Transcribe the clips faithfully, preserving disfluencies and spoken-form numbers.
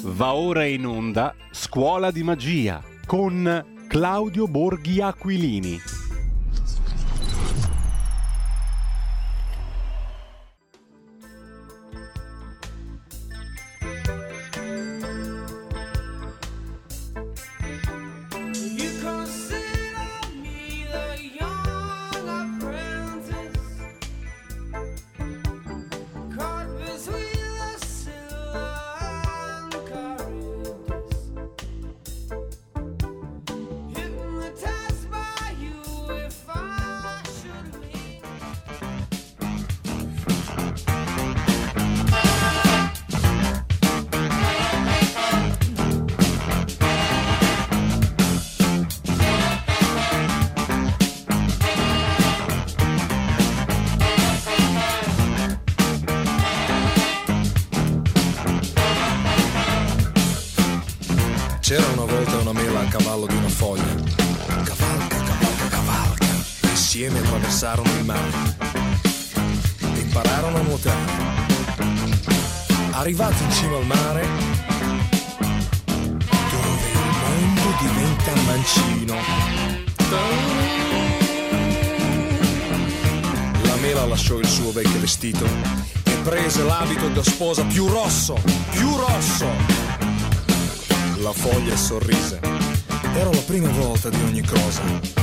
Va ora in onda Scuola di Magia con Claudio Borghi Aquilini. C'era una volta una mela a cavallo di una foglia. Cavalca, cavalca, cavalca. Insieme attraversarono il mare e impararono a nuotare. Arrivati in cima al mare, dove il mondo diventa mancino, la mela lasciò il suo vecchio vestito e prese l'abito da sposa più rosso, più rosso. La foglia sorrise. Era la prima volta di ogni cosa.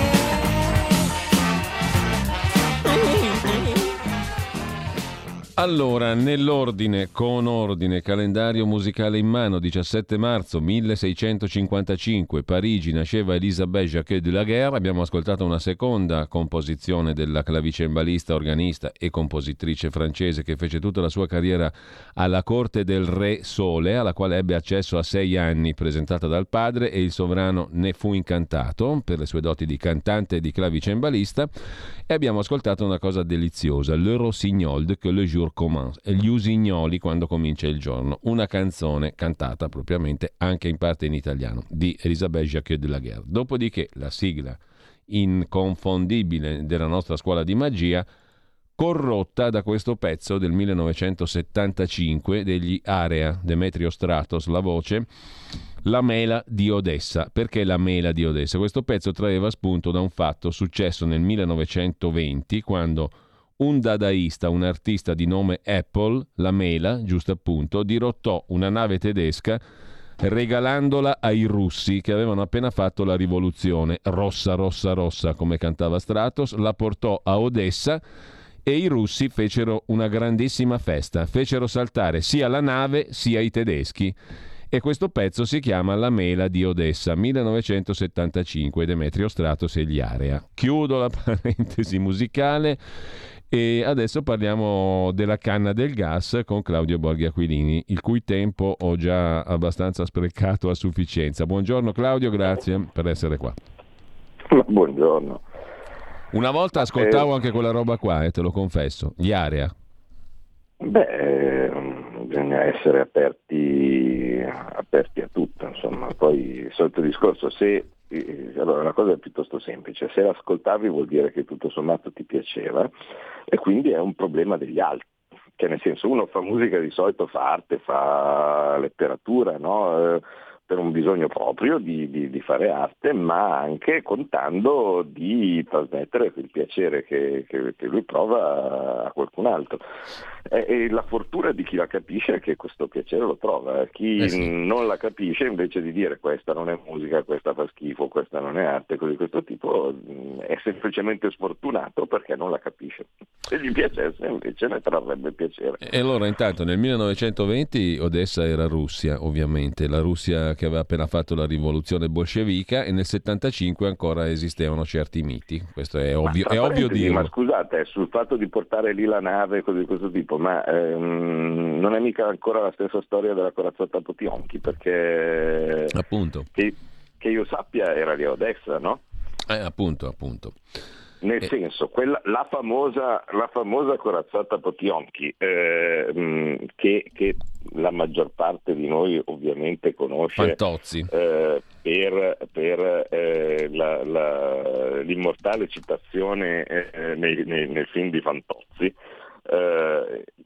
Allora, nell'ordine, con ordine, calendario musicale in mano, diciassette marzo milleseicentocinquantacinque, Parigi, nasceva Elisabeth Jacques de Laguerre. Abbiamo ascoltato una seconda composizione della clavicembalista, organista e compositrice francese che fece tutta la sua carriera alla corte del Re Sole, alla quale ebbe accesso a sei anni, presentata dal padre, e il sovrano ne fu incantato per le sue doti di cantante e di clavicembalista. E abbiamo ascoltato una cosa deliziosa, Le Rossignol de Que le jour commence, gli usignoli quando comincia il giorno, una canzone cantata propriamente anche in parte in italiano di Elisabeth Jacques de Laguerre. Dopodiché la sigla inconfondibile della nostra scuola di magia, corrotta da questo pezzo del millenovecentosettantacinque degli Area, Demetrio Stratos la voce, La mela di Odessa. Perché la mela di Odessa? Questo pezzo traeva spunto da un fatto successo nel millenovecentoventi, quando un dadaista, un artista di nome Apple, la mela, giusto appunto, dirottò una nave tedesca regalandola ai russi che avevano appena fatto la rivoluzione. Rossa, rossa, rossa, come cantava Stratos, la portò a Odessa e i russi fecero una grandissima festa, fecero saltare sia la nave sia i tedeschi. E questo pezzo si chiama La mela di Odessa, millenovecentosettantacinque, Demetrio Stratos e gli Area. Chiudo la parentesi musicale e adesso parliamo della canna del gas con Claudio Borghi Aquilini, il cui tempo ho già abbastanza sprecato a sufficienza. Buongiorno Claudio, grazie per essere qua. Buongiorno. Una volta ascoltavo eh, anche quella roba qua, eh, te lo confesso, gli Area. Beh, bisogna essere aperti, aperti a tutto, insomma. Poi il solito discorso, se allora la cosa è piuttosto semplice, se l'ascoltavi vuol dire che tutto sommato ti piaceva e quindi è un problema degli altri, che nel senso uno fa musica, di solito fa arte, fa letteratura, no? Eh, per un bisogno proprio di, di, di fare arte, ma anche contando di trasmettere il piacere che, che, che lui prova a qualcun altro. E, e la fortuna di chi la capisce è che questo piacere lo trova. Chi eh sì. non la capisce, invece di dire questa non è musica, questa fa schifo, questa non è arte, cose di questo tipo, è semplicemente sfortunato perché non la capisce. Se gli piacesse invece ne trarrebbe piacere. E allora intanto nel millenovecentoventi Odessa era Russia, ovviamente, la Russia che aveva appena fatto la rivoluzione bolscevica, e nel settantacinque ancora esistevano certi miti. Questo è ovvio, è ovvio dirlo. Ma scusate, sul fatto di portare lì la nave e cose di questo tipo, ma ehm, non è mica ancora la stessa storia della corazzata Potionchi, perché appunto che, che io sappia era di Odessa, no? Eh, appunto, appunto. Nel eh. senso, quella, la, famosa, la famosa corazzata Potionchi, eh, che, che la maggior parte di noi ovviamente conosce Fantozzi. Eh, per, per eh, la, la, l'immortale citazione eh, nei, nei, nel film di Fantozzi. Eh,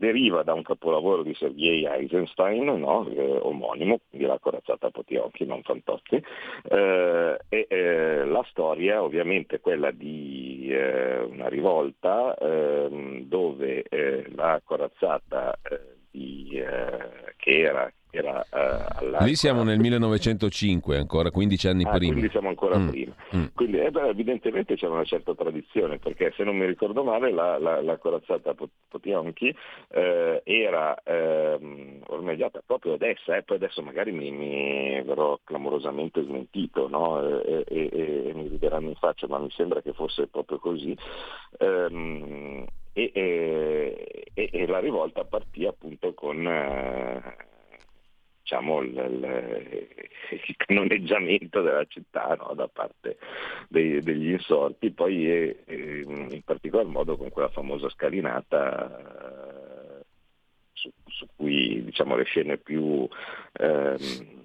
deriva da un capolavoro di Sergei Eisenstein, no? eh, omonimo, quindi La corazzata a Potionkin, non Fantozzi, eh, e eh, la storia ovviamente è quella di eh, una rivolta eh, dove eh, la corazzata eh, di, eh, che era Era, uh, Lì siamo nel millenovecentocinque, ancora quindici anni ah, prima. Quindi siamo ancora mm. prima. Mm. Quindi eh, beh, evidentemente c'è una certa tradizione, perché se non mi ricordo male la, la, la corazzata Potionkin eh, era eh, ormeggiata proprio ad essa, eh, poi adesso magari mi, mi verrò clamorosamente smentito, no? e, e, e, e mi rideranno in faccia, ma mi sembra che fosse proprio così. Ehm, e, e, e, e la rivolta partì appunto con... Eh, diciamo il, il, il canoneggiamento della città, no, da parte dei, degli insorti, poi è, è, in particolar modo con quella famosa scalinata eh, su, su cui diciamo le scene più ehm,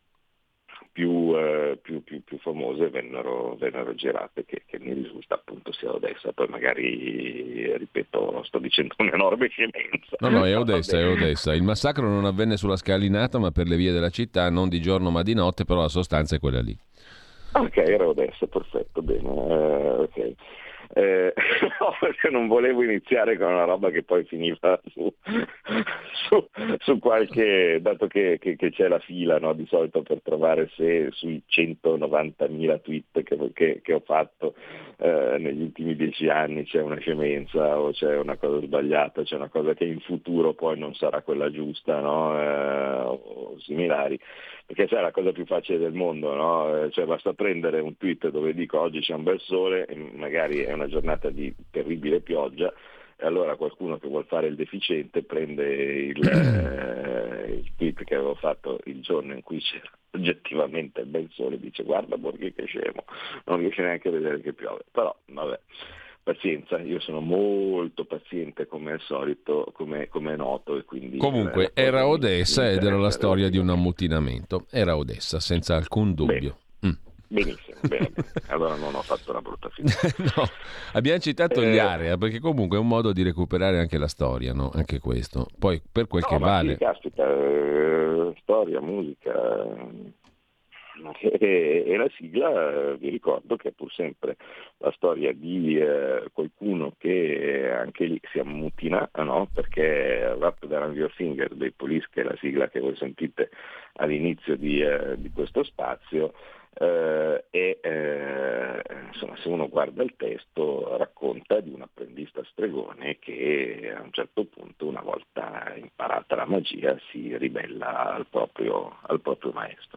Più, eh, più, più, più famose vennero, vennero girate, che, che mi risulta appunto sia Odessa. Poi magari, ripeto, sto dicendo un'enorme scemenza. No, no, è Odessa, è Odessa. Il massacro non avvenne sulla scalinata, ma per le vie della città, non di giorno ma di notte, però la sostanza è quella lì. Ok, era Odessa, perfetto, bene. Uh, ok. Eh, no, perché non volevo iniziare con una roba che poi finiva su, su, su qualche, dato che, che, che c'è la fila, no, di solito per trovare se sui centonovantamila tweet che, che, che ho fatto eh, negli ultimi dieci anni c'è una scemenza o c'è una cosa sbagliata, c'è una cosa che in futuro poi non sarà quella giusta, no, eh, o similari. Perché sai, è la cosa più facile del mondo, no? Cioè basta prendere un tweet dove dico oggi c'è un bel sole e magari è una giornata di terribile pioggia, e allora qualcuno che vuol fare il deficiente prende il, eh, il tweet che avevo fatto il giorno in cui c'era oggettivamente il bel sole e dice guarda Borghi che scemo, non riesce neanche a vedere che piove. Però vabbè, pazienza, io sono molto paziente come al solito, come, come è noto, e quindi comunque eh, era mi, Odessa mi ed era la storia di un relativamente. ammutinamento. Era Odessa, senza alcun dubbio. Bene. Mm. Benissimo, bene, bene. Allora non ho fatto una brutta figura. No, abbiamo citato Eh, gli area perché comunque è un modo di recuperare anche la storia, no? Anche questo. Poi per quel no, che ma vale. sì, caspita, eh, storia, musica e, e la sigla, eh, vi ricordo che è pur sempre la storia di eh, qualcuno che anche lì si ammutina, no? Perché Wrapped Around Your Finger dei Police, che è la sigla che voi sentite all'inizio di, eh, di questo spazio, eh, e eh, insomma, se uno guarda il testo racconta di un apprendista stregone che a un certo punto, una volta imparata la magia, si ribella al proprio, al proprio maestro.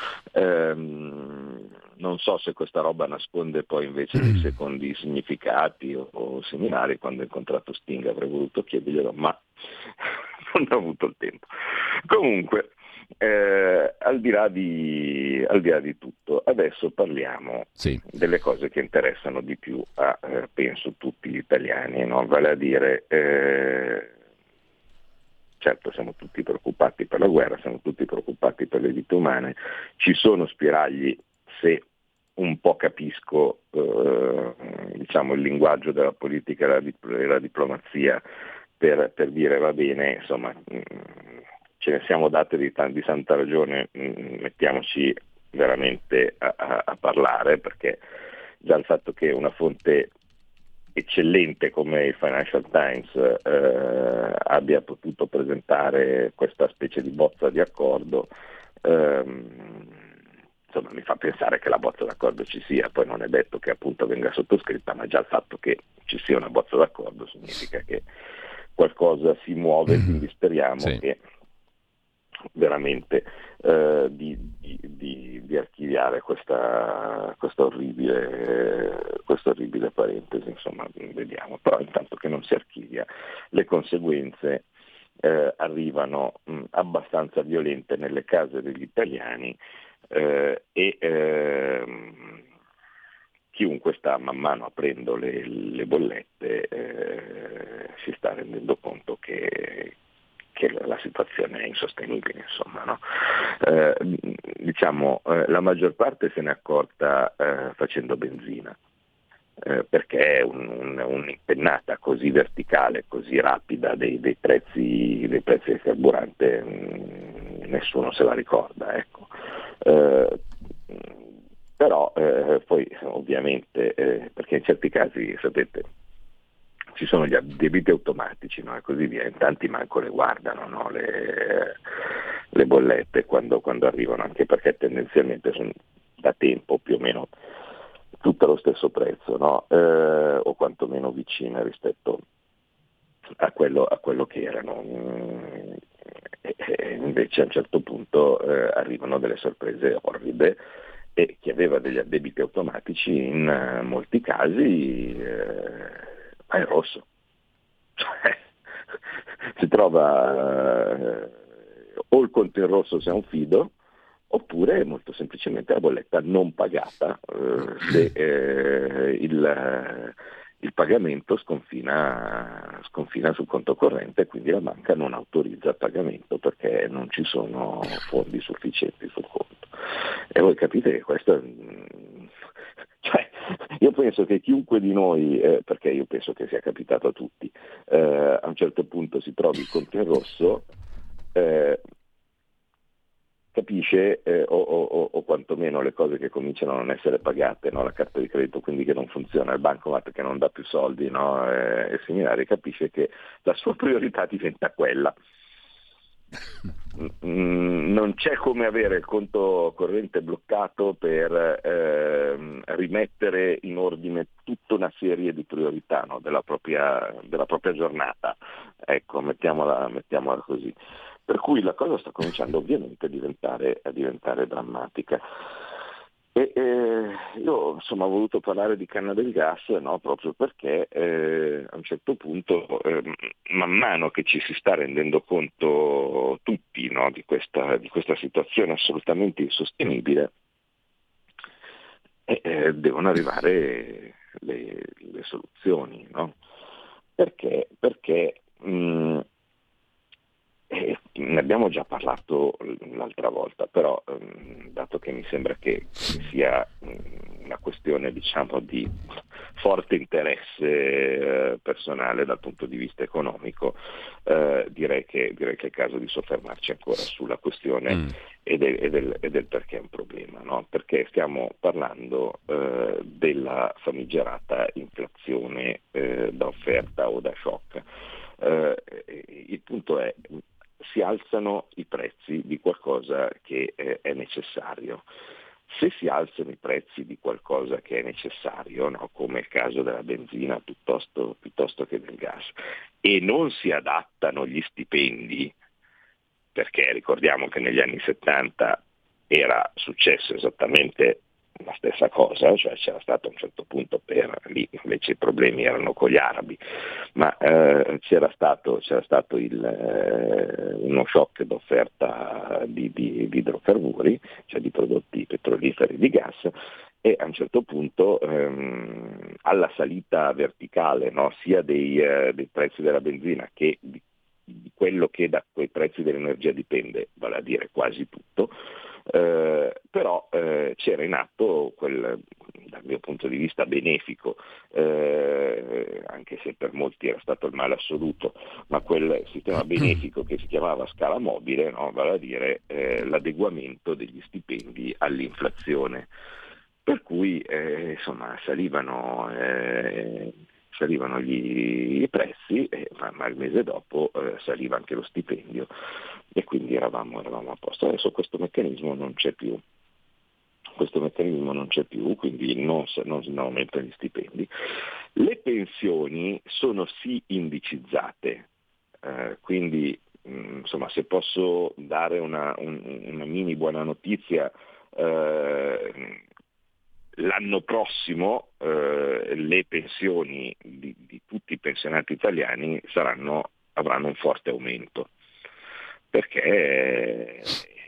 Ehm, non so se questa roba nasconde poi invece dei secondi significati o, o similari. Quando ho incontrato Sting avrei voluto chiederglielo, ma non ho avuto il tempo. Comunque, eh, al di là di, al di là di tutto, adesso parliamo Sì. delle cose che interessano di più a, eh, penso, tutti gli italiani, no? Vale a dire, eh, certo siamo tutti preoccupati per la guerra, siamo tutti preoccupati per le vite umane, ci sono spiragli, se un po' capisco eh, diciamo il linguaggio della politica e la, dip- e la diplomazia, per, per dire va bene, insomma, mh, ce ne siamo date di, t- di santa ragione, mh, mettiamoci veramente a, a, a parlare, perché già il fatto che una fonte eccellente come il Financial Times eh, abbia potuto presentare questa specie di bozza di accordo, ehm, insomma mi fa pensare che la bozza d'accordo ci sia. Poi non è detto che appunto venga sottoscritta, ma già il fatto che ci sia una bozza d'accordo significa che qualcosa si muove, quindi speriamo Sì. che veramente eh, di, di, di, di archiviare questa, questa orribile questa orribile parentesi, insomma vediamo. Però intanto che non si archivia, le conseguenze eh, arrivano mh, abbastanza violente nelle case degli italiani, eh, e ehm, chiunque sta man mano aprendo le, le bollette eh, si sta rendendo conto che che la situazione è insostenibile, insomma, no? Eh, diciamo, eh, la maggior parte se n'è accorta eh, facendo benzina, eh, perché un, un, un'impennata così verticale, così rapida dei, dei, prezzi, dei prezzi del carburante mh, nessuno se la ricorda, ecco. Eh, però eh, poi ovviamente, eh, perché in certi casi, sapete, ci sono gli addebiti automatici, no? E così via, in tanti manco le guardano, no? le, le bollette quando, quando arrivano, anche perché tendenzialmente sono da tempo più o meno tutto allo stesso prezzo, no? eh, o quantomeno vicine rispetto a quello, a quello che erano. E, e invece a un certo punto eh, arrivano delle sorprese orride, e chi aveva degli addebiti automatici in uh, molti casi eh, va in rosso, cioè, si trova uh, o il conto in rosso se è un fido, oppure molto semplicemente la bolletta non pagata uh, se eh, il, il pagamento sconfina, sconfina sul conto corrente, quindi la banca non autorizza il pagamento perché non ci sono fondi sufficienti sul conto. E voi capite che questo, cioè, io penso che chiunque di noi, eh, perché io penso che sia capitato a tutti, eh, a un certo punto si trovi il conto in rosso, eh, capisce eh, o, o, o quantomeno le cose che cominciano a non essere pagate, no? La carta di credito quindi che non funziona, il bancomat che non dà più soldi, no? e, e similari, capisce che la sua priorità diventa quella. Non c'è come avere il conto corrente bloccato per eh, rimettere in ordine tutta una serie di priorità, no? della, propria, della propria giornata, ecco, mettiamola, mettiamola così. Per cui la cosa sta cominciando ovviamente a diventare, a diventare drammatica. E, eh, io insomma ho voluto parlare di canna del gas, no? proprio perché eh, a un certo punto, eh, man mano che ci si sta rendendo conto tutti, no? di, questa, di questa situazione assolutamente insostenibile, eh, eh, devono arrivare le, le soluzioni, no? Perché? Perché mh, Eh, ne abbiamo già parlato l'altra volta, però ehm, dato che mi sembra che sia mh, una questione, diciamo, di forte interesse eh, personale dal punto di vista economico, eh, direi, che, direi che è il caso di soffermarci ancora sulla questione mm. e, del, e, del, e del perché è un problema, no? Perché stiamo parlando eh, della famigerata inflazione eh, da offerta o da shock. Eh, il punto è: si alzano i prezzi di qualcosa che eh, è necessario. Se si alzano i prezzi di qualcosa che è necessario, no, come il caso della benzina piuttosto, piuttosto che del gas, e non si adattano gli stipendi, perché ricordiamo che negli anni settanta era successo esattamente la stessa cosa, cioè c'era stato a un certo punto, per lì invece i problemi erano con gli arabi, ma eh, c'era stato, c'era stato il, eh, uno shock d'offerta di, di, di idrocarburi, cioè di prodotti petroliferi, di gas, e a un certo punto ehm, alla salita verticale, no, sia dei, eh, dei prezzi della benzina che di, di quello che da quei prezzi dell'energia dipende, vale a dire quasi tutto, Eh, però eh, c'era in atto quel, dal mio punto di vista benefico, eh, anche se per molti era stato il male assoluto, ma quel sistema benefico che si chiamava scala mobile, no? Vale a dire eh, l'adeguamento degli stipendi all'inflazione, per cui eh, insomma salivano eh, salivano gli, i prezzi, eh, ma, ma il mese dopo eh, saliva anche lo stipendio, e quindi eravamo, eravamo a posto. Adesso questo meccanismo non c'è più, questo meccanismo non c'è più, quindi non, non, non aumentano gli stipendi. Le pensioni sono sì indicizzate, eh, quindi mh, insomma, se posso dare una, un, una mini buona notizia, eh, l'anno prossimo eh, le pensioni di, di tutti i pensionati italiani saranno, avranno un forte aumento, perché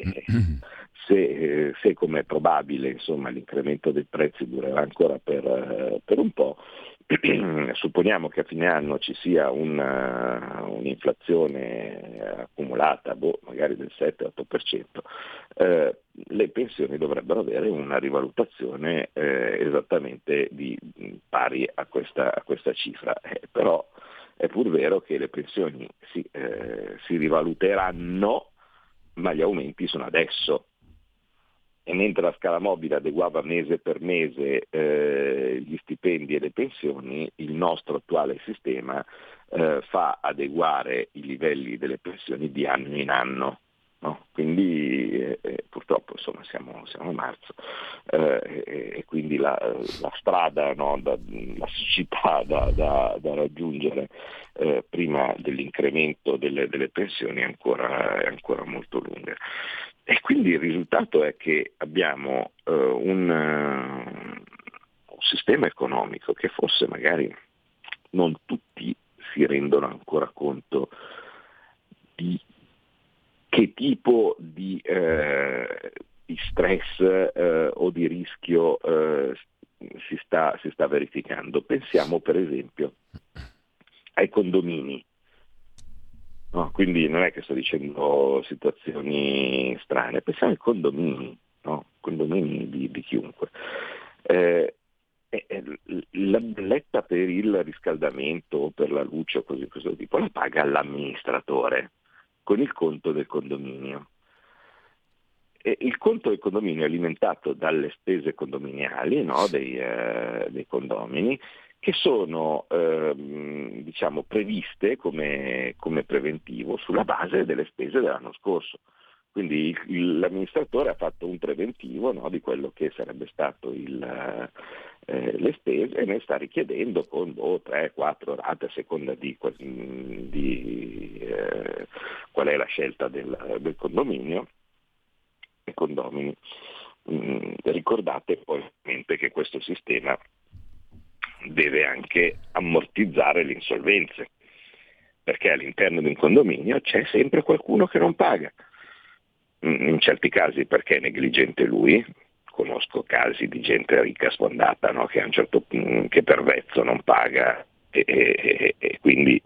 se, se come è probabile insomma, l'incremento dei prezzi durerà ancora per, per un po', supponiamo che a fine anno ci sia una, un'inflazione accumulata, boh, magari del sette otto per cento, eh, le pensioni dovrebbero avere una rivalutazione eh, esattamente di, pari a questa, a questa cifra, eh, però è pur vero che le pensioni si, eh, si rivaluteranno, ma gli aumenti sono adesso. E mentre la scala mobile adeguava mese per mese eh, gli stipendi e le pensioni, il nostro attuale sistema eh, fa adeguare i livelli delle pensioni di anno in anno. No? Quindi eh, purtroppo insomma, siamo, siamo a marzo eh, e, e quindi la, la strada, no, da, la siccità da, da, da raggiungere eh, prima dell'incremento delle, delle pensioni è ancora, è ancora molto lunga. E quindi il risultato è che abbiamo uh, un, uh, un sistema economico che forse magari non tutti si rendono ancora conto di che tipo di, uh, di stress uh, o di rischio uh, si sta, si sta verificando. Pensiamo per esempio ai condomini. No, quindi non è che sto dicendo situazioni strane, pensiamo ai condomini, no? Condomini di, di chiunque. Eh, eh, la bolletta per il riscaldamento o per la luce o così di questo tipo la paga l'amministratore con il conto del condominio. E il conto del condominio è alimentato dalle spese condominiali, no? dei, eh, dei condomini, che sono ehm, diciamo previste come, come preventivo sulla base delle spese dell'anno scorso. Quindi il, il, l'amministratore ha fatto un preventivo, no, di quello che sarebbe stato il, eh, le spese e ne sta richiedendo con oh, tre quattro rate a seconda di, di eh, qual è la scelta del, del condominio e condomini. Mm, ricordate poi che questo sistema deve anche ammortizzare le insolvenze, perché all'interno di un condominio c'è sempre qualcuno che non paga, in certi casi perché è negligente lui, conosco casi di gente ricca sfondata, no? che a un certo punto, che per vezzo non paga e, e, e quindi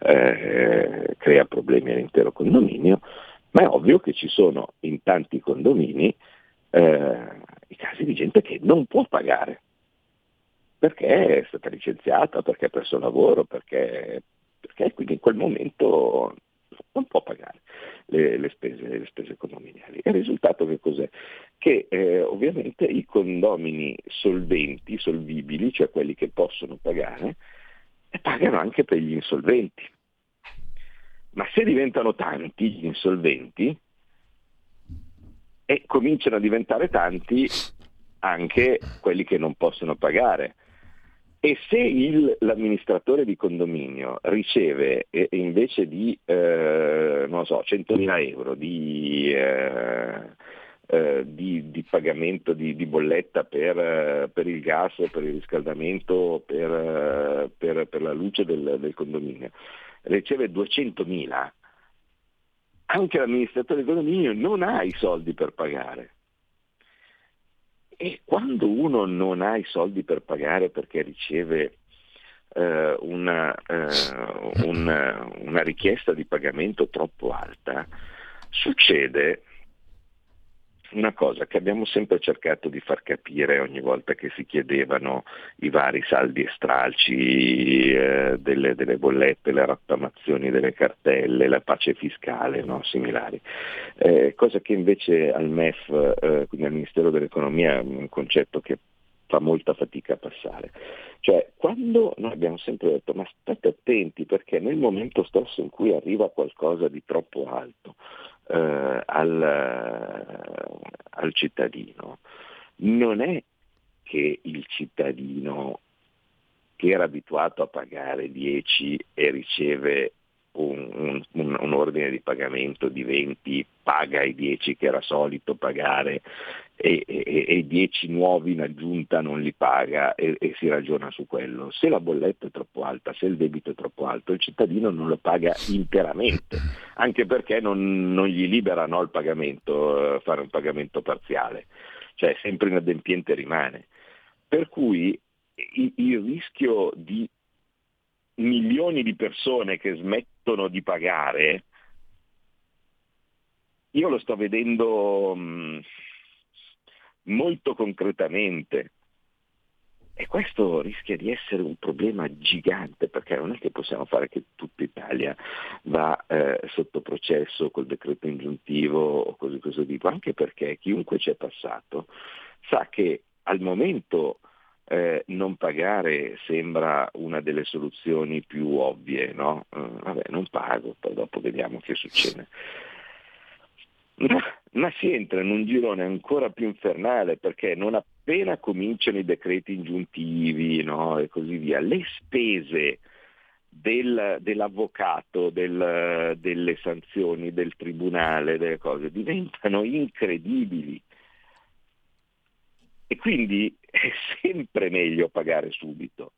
eh, crea problemi all'intero condominio, ma è ovvio che ci sono in tanti condomini eh, i casi di gente che non può pagare, perché è stata licenziata, perché ha perso il lavoro, perché, perché quindi in quel momento non può pagare le, le, spese, le spese condominiali. E il risultato che cos'è? Che eh, ovviamente i condomini solventi, solvibili, cioè quelli che possono pagare, e pagano anche per gli insolventi. Ma se diventano tanti gli insolventi, e cominciano a diventare tanti anche quelli che non possono pagare. E se il, l'amministratore di condominio riceve eh, invece di eh, non so, centomila euro di, eh, eh, di, di pagamento di, di bolletta per, eh, per il gas, per il riscaldamento, per, eh, per, per la luce del, del condominio, riceve duecentomila, anche l'amministratore di condominio non ha i soldi per pagare. E quando uno non ha i soldi per pagare perché riceve eh, una, eh, una, una richiesta di pagamento troppo alta, succede una cosa che abbiamo sempre cercato di far capire ogni volta che si chiedevano i vari saldi e stralci eh, delle, delle bollette, le rottamazioni delle cartelle, la pace fiscale, no? Similari. Eh, cosa che invece al M E F, eh, quindi al Ministero dell'Economia, è un concetto che fa molta fatica a passare. Cioè, quando noi abbiamo sempre detto, ma state attenti perché nel momento stesso in cui arriva qualcosa di troppo alto, Uh, al, uh, al cittadino, non è che il cittadino che era abituato a pagare dieci e riceve un, un, un ordine di pagamento di venti, paga i dieci che era solito pagare e, e, e i dieci nuovi in aggiunta non li paga e, e si ragiona su quello. Se la bolletta è troppo alta, se il debito è troppo alto, il cittadino non lo paga interamente, anche perché non, non gli liberano il pagamento, eh, fare un pagamento parziale, cioè sempre inadempiente rimane. Per cui il, il rischio di milioni di persone che smettono di pagare, io lo sto vedendo mh, molto concretamente, e questo rischia di essere un problema gigante, perché non è che possiamo fare che tutta Italia va eh, sotto processo col decreto ingiuntivo o cose di questo tipo, anche perché chiunque ci è passato sa che al momento eh, non pagare sembra una delle soluzioni più ovvie, no? Eh, vabbè, non pago, poi dopo vediamo che succede. Ma, ma si entra in un girone ancora più infernale, perché non appena cominciano i decreti ingiuntivi, no, e così via, le spese del, dell'avvocato, del, delle sanzioni, del tribunale, delle cose diventano incredibili. E quindi è sempre meglio pagare subito.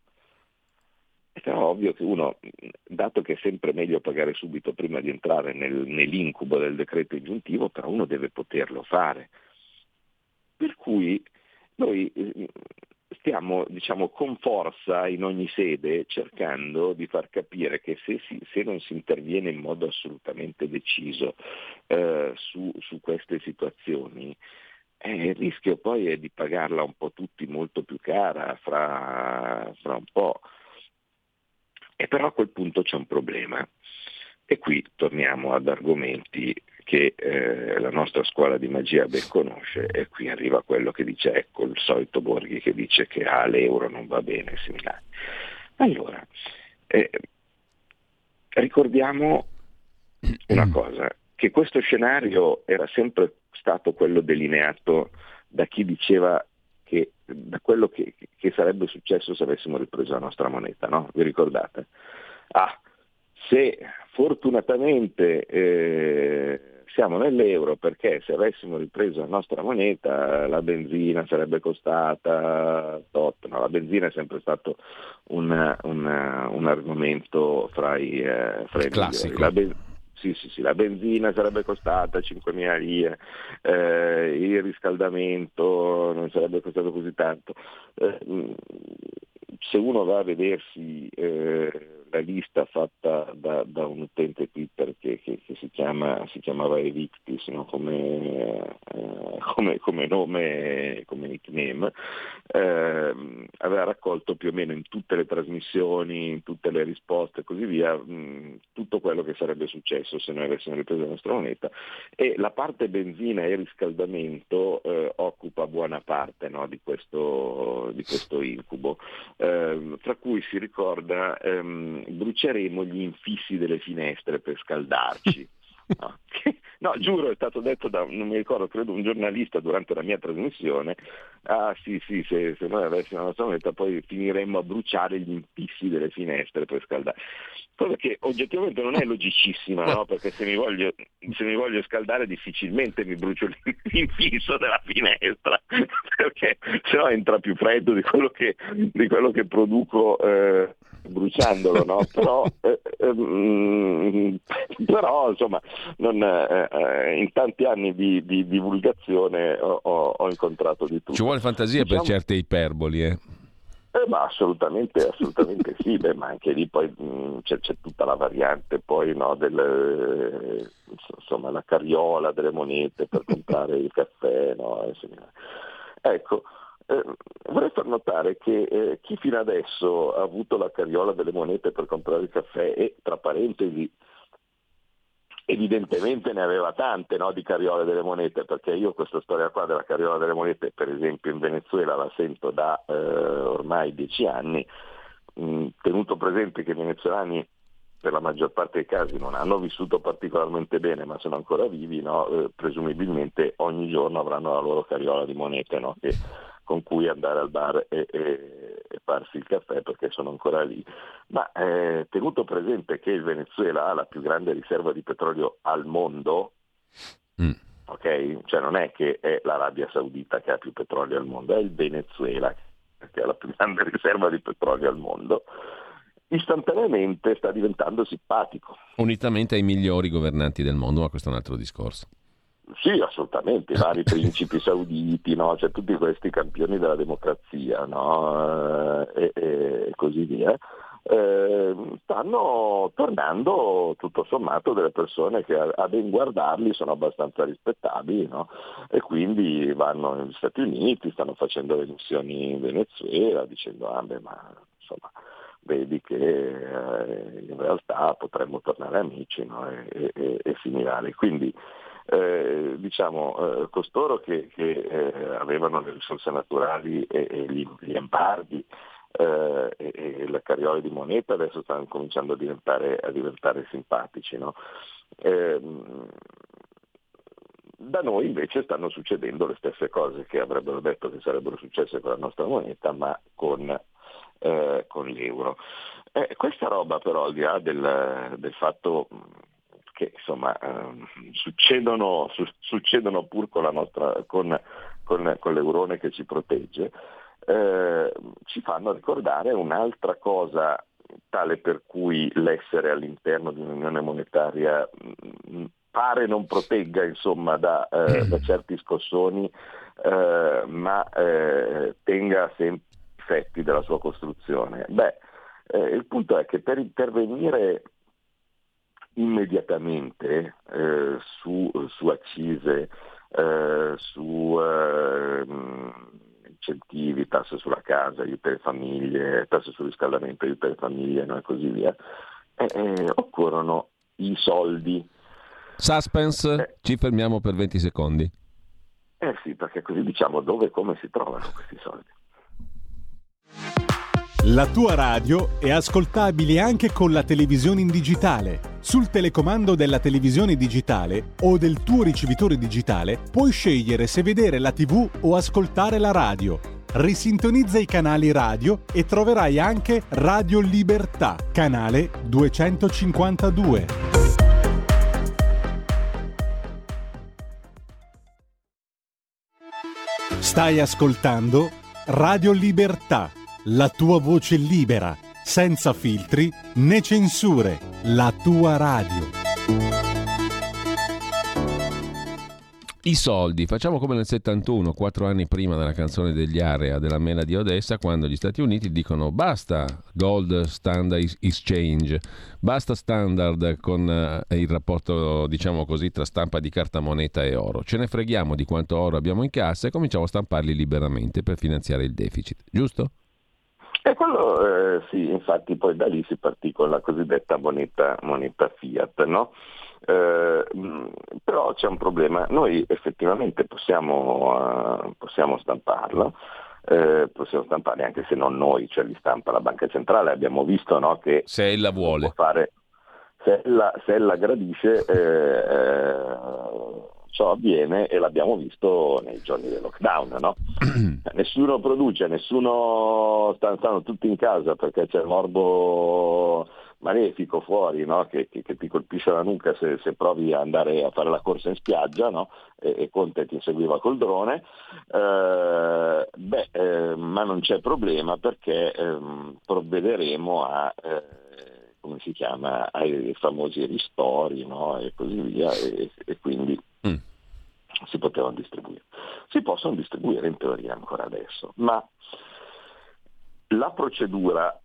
Però ovvio che uno, dato che è sempre meglio pagare subito prima di entrare nel, nell'incubo del decreto ingiuntivo, però uno deve poterlo fare. Per cui noi stiamo, diciamo, con forza in ogni sede cercando di far capire che se, si, se non si interviene in modo assolutamente deciso eh, su, su queste situazioni, eh, il rischio poi è di pagarla un po' tutti molto più cara fra, fra un po'. E però a quel punto c'è un problema, e qui torniamo ad argomenti che eh, la nostra scuola di magia ben conosce, e qui arriva quello che dice, ecco, il solito Borghi che dice che ah, l'euro non va bene, similari. Allora, eh, ricordiamo una cosa, che questo scenario era sempre stato quello delineato da chi diceva che da quello che, che sarebbe successo se avessimo ripreso la nostra moneta, no? Vi ricordate? Ah, se fortunatamente eh, siamo nell'euro, perché se avessimo ripreso la nostra moneta la benzina sarebbe costata tot. No, la benzina è sempre stato un, un, un argomento fra i, eh, fra i classico. La ben- Sì, sì, sì, la benzina sarebbe costata cinquemila lire, eh, il riscaldamento non sarebbe costato così tanto. Eh, se uno va a vedersi eh, la lista fatta da, da un utente Twitter che, che, che si, chiama, si chiamava Evictis, no? come, eh, come, come nome, come nickname, eh, aveva raccolto più o meno in tutte le trasmissioni, in tutte le risposte e così via, mh, tutto quello che sarebbe successo se noi avessimo ripreso la nostra moneta, e la parte benzina e riscaldamento eh, occupa buona parte, no, di, questo, di questo incubo, eh, tra cui si ricorda ehm, bruceremo gli infissi delle finestre per scaldarci. No, no, giuro, è stato detto da, non mi ricordo, credo un giornalista durante la mia trasmissione, ah sì sì, se, se noi avessimo la nostra moneta poi finiremmo a bruciare gli infissi delle finestre per scaldare. Cosa che oggettivamente non è logicissima, no? Perché se mi voglio, se mi voglio scaldare difficilmente mi brucio l'infisso della finestra, perché sennò entra più freddo di quello che, di quello che produco eh, bruciandolo, no? Però, eh, eh, però insomma, non, eh, in tanti anni di, di divulgazione ho, ho incontrato di tutto. Ci vuole fantasia, diciamo, per certe iperboli, eh? Eh, ma assolutamente, assolutamente sì, beh, ma anche lì poi mh, c'è, c'è tutta la variante poi, no, del, eh, insomma, la carriola delle monete per comprare il caffè, no? Ecco, eh, vorrei far notare che eh, chi fino adesso ha avuto la carriola delle monete per comprare il caffè, e tra parentesi evidentemente ne aveva tante, no, di carriole delle monete, perché io questa storia qua della carriola delle monete, per esempio in Venezuela, la sento da eh, ormai dieci anni, mh, tenuto presente che i venezuelani per la maggior parte dei casi non hanno vissuto particolarmente bene, ma sono ancora vivi, no? eh, presumibilmente ogni giorno avranno la loro carriola di monete, no? che, con cui andare al bar e, e, e farsi il caffè, perché sono ancora lì. Ma eh, tenuto presente che il Venezuela ha la più grande riserva di petrolio al mondo, mm. ok? Cioè non è che è l'Arabia Saudita che ha più petrolio al mondo, è il Venezuela che ha la più grande riserva di petrolio al mondo, istantaneamente sta diventando simpatico. Unitamente ai migliori governanti del mondo, ma questo è un altro discorso. Sì, assolutamente, i vari principi sauditi, no? Cioè tutti questi campioni della democrazia, no? e, e così via, eh, stanno tornando tutto sommato delle persone che a, a ben guardarli sono abbastanza rispettabili, no? E quindi vanno negli Stati Uniti, stanno facendo le missioni in Venezuela dicendo ah beh, ma insomma vedi che eh, in realtà potremmo tornare amici, no? e, e, e similari. Quindi Eh, diciamo eh, costoro che, che eh, avevano le risorse naturali e, e gli, gli embarghi eh, e, e le carriole di moneta adesso stanno cominciando a diventare, a diventare simpatici, no? Eh, da noi invece stanno succedendo le stesse cose che avrebbero detto che sarebbero successe con la nostra moneta, ma con, eh, con l'euro. Eh, questa roba però, al di là del, del fatto che insomma eh, succedono, su, succedono pur con la nostra con, con, con l'eurone che ci protegge, eh, ci fanno ricordare un'altra cosa tale per cui l'essere all'interno di un'unione monetaria mh, pare non protegga insomma da, eh, da certi scossoni, eh, ma eh, tenga sempre effetti della sua costruzione. Beh, eh, il punto è che per intervenire immediatamente eh, su, su accise, eh, su eh, incentivi, tasse sulla casa, aiuti alle famiglie, tasse sul riscaldamento, aiuti alle famiglie, no? E così via, eh, eh, occorrono i soldi. Suspense, eh, ci fermiamo per venti secondi. Eh sì, perché così diciamo dove e come si trovano questi soldi. La tua radio è ascoltabile anche con la televisione in digitale. Sul telecomando della televisione digitale o del tuo ricevitore digitale puoi scegliere se vedere la tivù o ascoltare la radio. Risintonizza i canali radio e troverai anche Radio Libertà, canale duecentocinquantadue. Stai ascoltando Radio Libertà. La tua voce libera, senza filtri né censure, la tua radio. I soldi, facciamo come nel settantuno, quattro anni prima della canzone degli Area della Mela di Odessa, quando gli Stati Uniti dicono basta Gold Standard Exchange, basta standard con uh, il rapporto, diciamo così, tra stampa di carta moneta e oro. Ce ne freghiamo di quanto oro abbiamo in cassa e cominciamo a stamparli liberamente per finanziare il deficit, giusto? E quello eh, sì, infatti poi da lì si partì con la cosiddetta moneta, moneta fiat, no? Eh, però c'è un problema, noi effettivamente possiamo, uh, possiamo stamparla, eh, possiamo stamparli anche se non noi, cioè li stampa la banca centrale, abbiamo visto, no, che se ella vuole può fare, se ella, se ella gradisce eh, eh, ciò avviene e l'abbiamo visto nei giorni del lockdown, no? Nessuno produce, nessuno sta, stanno tutti in casa perché c'è il morbo malefico fuori, no? che, che, che ti colpisce la nuca se, se provi a andare a fare la corsa in spiaggia, no? e, e Conte ti inseguiva col drone, eh, beh, eh, ma non c'è problema perché eh, provvederemo a eh, come si chiama, ai famosi ristori, no? e così via, e, e quindi mm. si potevano distribuire. Si possono distribuire in teoria ancora adesso, ma la procedura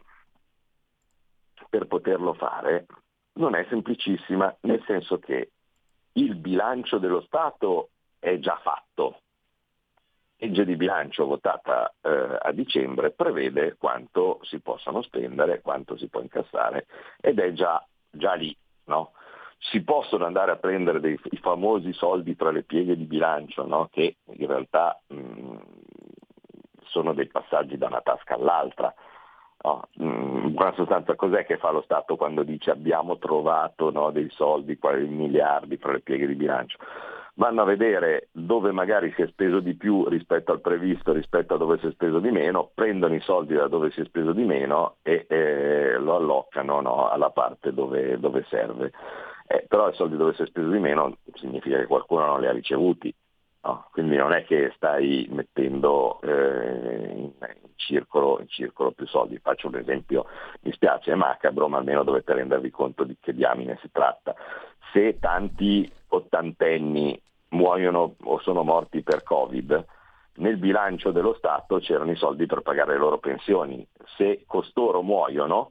per poterlo fare non è semplicissima, nel senso che il bilancio dello Stato è già fatto. La legge di bilancio votata eh, a dicembre prevede quanto si possano spendere, quanto si può incassare ed è già, già lì, no? Si possono andare a prendere dei, i famosi soldi tra le pieghe di bilancio, no? Che in realtà mh, sono dei passaggi da una tasca all'altra. No? In buona sostanza, cos'è che fa lo Stato quando dice abbiamo trovato, no, dei soldi, quali miliardi fra le pieghe di bilancio? Vanno a vedere dove magari si è speso di più rispetto al previsto, rispetto a dove si è speso di meno, prendono i soldi da dove si è speso di meno e eh, lo allocano, no, alla parte dove, dove serve. Eh, però i soldi dove si è speso di meno significa che qualcuno non li ha ricevuti, no? Quindi non è che stai mettendo eh, in, in, circolo, in circolo più soldi. Faccio un esempio, mi spiace, è macabro, ma almeno dovete rendervi conto di che diamine si tratta. Se tanti ottantenni muoiono o sono morti per Covid, nel bilancio dello Stato c'erano i soldi per pagare le loro pensioni. Se costoro muoiono,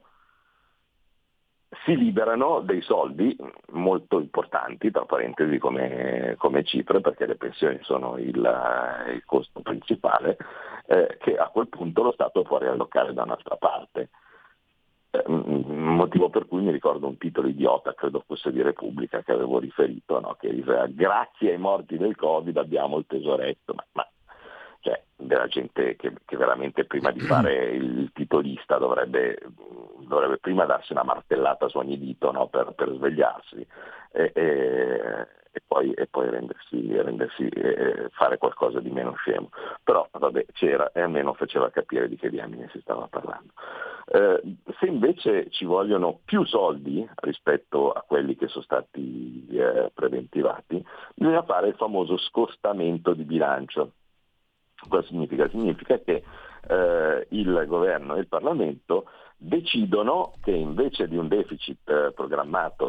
si liberano dei soldi molto importanti, tra parentesi come, come cifre, perché le pensioni sono il, il costo principale, eh, che a quel punto lo Stato può riallocare da un'altra parte. Eh, motivo per cui mi ricordo un titolo idiota, credo fosse di Repubblica, che avevo riferito, no? Che diceva: grazie ai morti del Covid abbiamo il tesoretto, ma, ma cioè della gente che, che veramente prima di fare il titolista dovrebbe, dovrebbe prima darsi una martellata su ogni dito, no? per, per svegliarsi e, e, e poi, e poi rendersi, rendersi eh, fare qualcosa di meno scemo. Però vabbè, c'era e almeno faceva capire di che diamine si stava parlando. Eh, se invece ci vogliono più soldi rispetto a quelli che sono stati eh, preventivati, bisogna fare il famoso scostamento di bilancio. Cosa significa? Significa che eh, il governo e il Parlamento decidono che invece di un deficit eh, programmato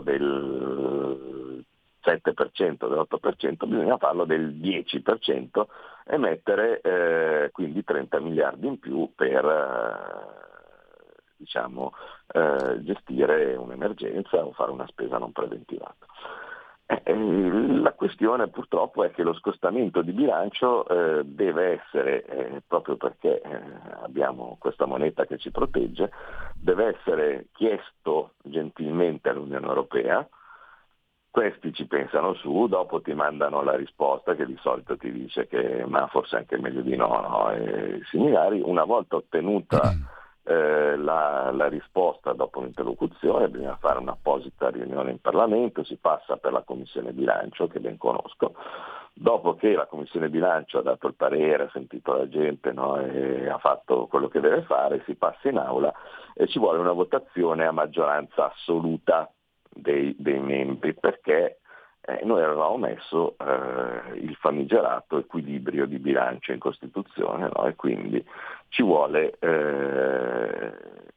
del sette per cento, dell'otto per cento, bisogna farlo del dieci per cento e mettere eh, quindi trenta miliardi in più per eh, diciamo, eh, gestire un'emergenza o fare una spesa non preventivata. Eh, la questione purtroppo è che lo scostamento di bilancio eh, deve essere, eh, proprio perché eh, abbiamo questa moneta che ci protegge, deve essere chiesto gentilmente all'Unione Europea. Questi ci pensano su, dopo ti mandano la risposta che di solito ti dice che ma forse anche meglio di no, no? E similari. Una volta ottenuta Eh, la, la risposta dopo un'interlocuzione, bisogna fare un'apposita riunione in Parlamento, si passa per la Commissione Bilancio, che ben conosco. Dopo che la Commissione Bilancio ha dato il parere, ha sentito la gente, no, e ha fatto quello che deve fare, si passa in aula e ci vuole una votazione a maggioranza assoluta dei, dei membri, perché Eh, noi avevamo messo eh, il famigerato equilibrio di bilancio in Costituzione, no? E quindi ci vuole eh,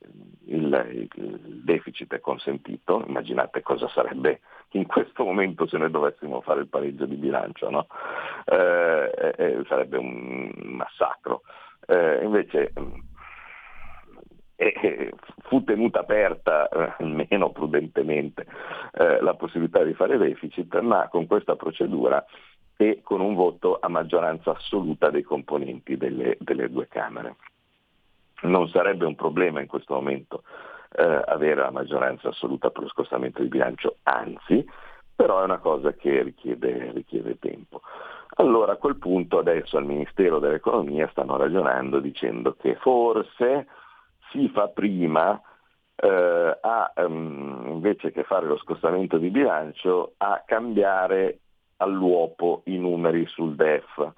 il, il deficit è consentito. Immaginate cosa sarebbe in questo momento se noi dovessimo fare il pareggio di bilancio, no? Eh, eh, sarebbe un massacro. Eh, invece E fu tenuta aperta, eh, almeno prudentemente, eh, la possibilità di fare deficit, ma con questa procedura e con un voto a maggioranza assoluta dei componenti delle, delle due Camere. Non sarebbe un problema in questo momento eh, avere la maggioranza assoluta per lo scostamento di bilancio, anzi, però è una cosa che richiede, richiede tempo. Allora a quel punto adesso al Ministero dell'Economia stanno ragionando dicendo che forse si fa prima eh, a, um, invece che fare lo scostamento di bilancio, a cambiare all'uopo i numeri sul D E F.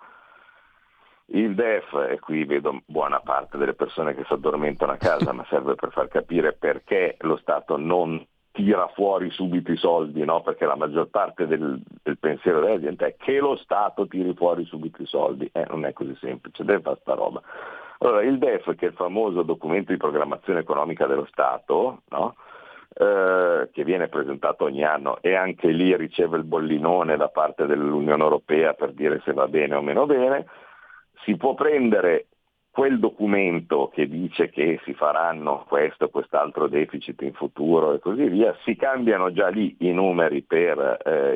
Il D E F, e qui vedo buona parte delle persone che si addormentano a casa, ma serve per far capire perché lo Stato non tira fuori subito i soldi, no? Perché la maggior parte del, del pensiero della gente è che lo Stato tiri fuori subito i soldi. Eh, non è così semplice, deve fare sta roba. Allora, il D E F, che è il famoso documento di programmazione economica dello Stato, no? eh, che viene presentato ogni anno e anche lì riceve il bollinone da parte dell'Unione Europea per dire se va bene o meno bene, si può prendere quel documento che dice che si faranno questo e quest'altro deficit in futuro e così via, si cambiano già lì i numeri per eh,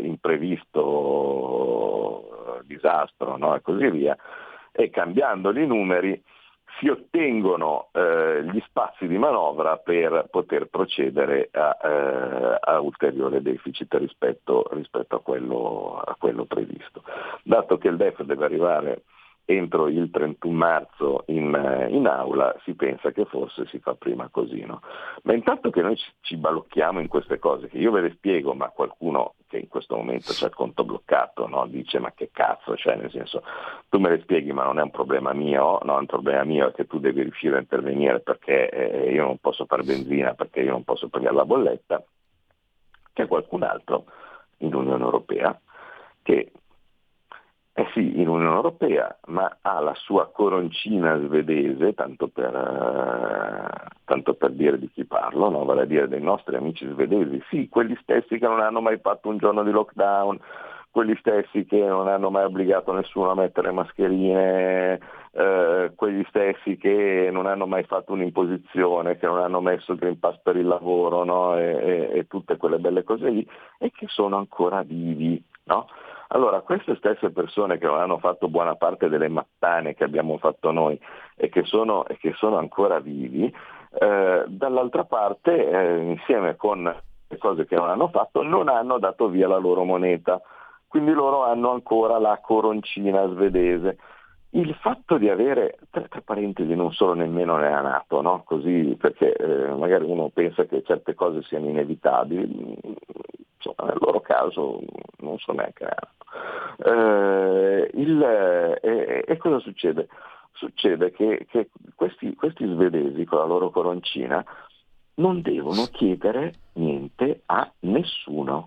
imprevisto, disastro, no? E così via, e cambiandoli i numeri si ottengono eh, gli spazi di manovra per poter procedere a, eh, a ulteriore deficit rispetto, rispetto a, quello, a quello previsto. Dato che il D E F deve arrivare entro il trentuno marzo in, in aula, si pensa che forse si fa prima così, no? Ma intanto che noi ci, ci balocchiamo in queste cose, che io ve le spiego, ma qualcuno che in questo momento c'ha il conto bloccato, no? Dice ma che cazzo, cioè nel senso tu me le spieghi ma non è un problema mio, no, un problema mio è che tu devi riuscire a intervenire perché eh, io non posso fare benzina, perché io non posso pagare la bolletta. C'è qualcun altro in Unione Europea che Eh sì, in Unione Europea, ma ha la sua coroncina svedese, tanto per, uh, tanto per dire di chi parlo, no? Vale a dire dei nostri amici svedesi, sì, quelli stessi che non hanno mai fatto un giorno di lockdown, quelli stessi che non hanno mai obbligato nessuno a mettere mascherine, eh, quegli stessi che non hanno mai fatto un'imposizione, che non hanno messo il Green Pass per il lavoro, no? e, e, e tutte quelle belle cose lì, e che sono ancora vivi, no? Allora, queste stesse persone che non hanno fatto buona parte delle mattane che abbiamo fatto noi e che sono, e che sono ancora vivi, eh, dall'altra parte, eh, insieme con le cose che non hanno fatto, non hanno dato via la loro moneta, quindi loro hanno ancora la coroncina svedese. Il fatto di avere, tra, tra parentesi, non solo nemmeno neonato, no? Così, perché eh, magari uno pensa che certe cose siano inevitabili, insomma nel loro caso non so neanche eh, il, eh, e cosa succede? Succede che, che questi, questi svedesi con la loro coroncina non devono chiedere niente a nessuno,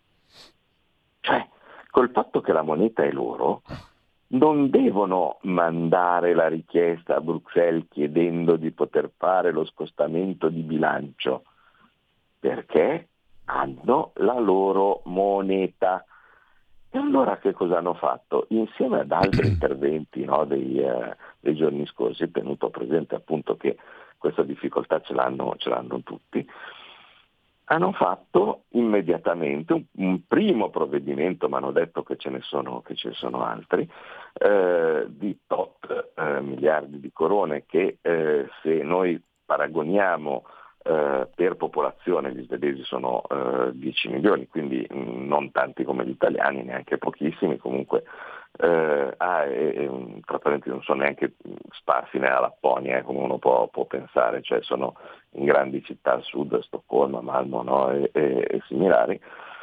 cioè col fatto che la moneta è loro non devono mandare la richiesta a Bruxelles chiedendo di poter fare lo scostamento di bilancio, perché hanno la loro moneta. E allora che cosa hanno fatto? Insieme ad altri interventi, no, dei, eh, dei giorni scorsi, tenuto presente appunto che questa difficoltà ce l'hanno, ce l'hanno tutti, hanno fatto immediatamente un, un primo provvedimento, ma hanno detto che ce ne sono, che ce ne sono altri, eh, di tot eh, miliardi di corone che eh, se noi paragoniamo eh, per popolazione, gli svedesi sono eh, dieci milioni, quindi mh, non tanti come gli italiani, neanche pochissimi, comunque eh, ah, e, e, tra parentesi non sono neanche sparsi nella Lapponia, eh, come uno può, può pensare, cioè sono in grandi città al sud, Stoccolma, Malmo, no? e, e, e similari.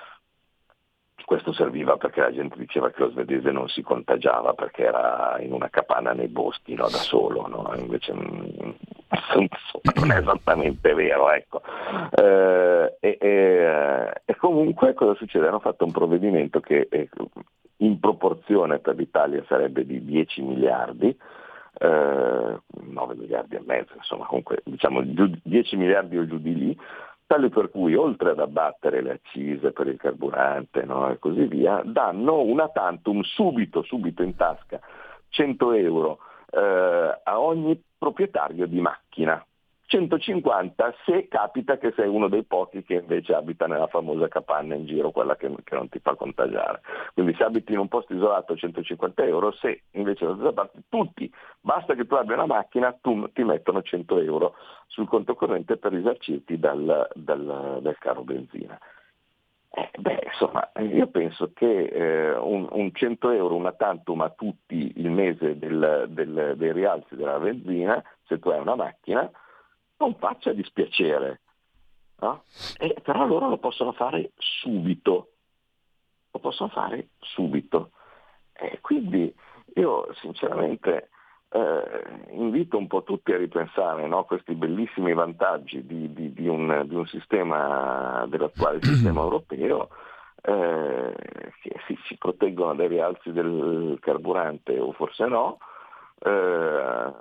Questo serviva perché la gente diceva che lo svedese non si contagiava perché era in una capanna nei boschi, no? Da solo, no? Invece mh, non è esattamente vero, ecco. Eh, e, e, e comunque cosa succede? Hanno fatto un provvedimento che eh, in proporzione per l'Italia sarebbe di dieci miliardi, eh, nove miliardi e mezzo, insomma comunque diciamo dieci miliardi o giù di lì, tale per cui oltre ad abbattere le accise per il carburante, no, e così via, danno una tantum subito, subito in tasca cento euro eh, a ogni proprietario di macchina, centocinquanta se capita che sei uno dei pochi che invece abita nella famosa capanna in giro, quella che, che non ti fa contagiare. Quindi se abiti in un posto isolato centocinquanta euro, se invece da questa parte tutti, basta che tu abbia una macchina, tu, ti mettono cento euro sul conto corrente per risarcirti dal, dal, dal caro benzina. Eh, beh, insomma, io penso che eh, un, un cento euro, una tantum a tutti il mese del, del, dei rialzi della benzina, se tu hai una macchina, non faccia dispiacere, no? E però loro lo possono fare subito, lo possono fare subito. E quindi io sinceramente eh, invito un po' tutti a ripensare, no, questi bellissimi vantaggi di, di, di, un, di un sistema, dell'attuale sistema europeo, eh, che sì, si proteggono dai rialzi del carburante o forse no, eh,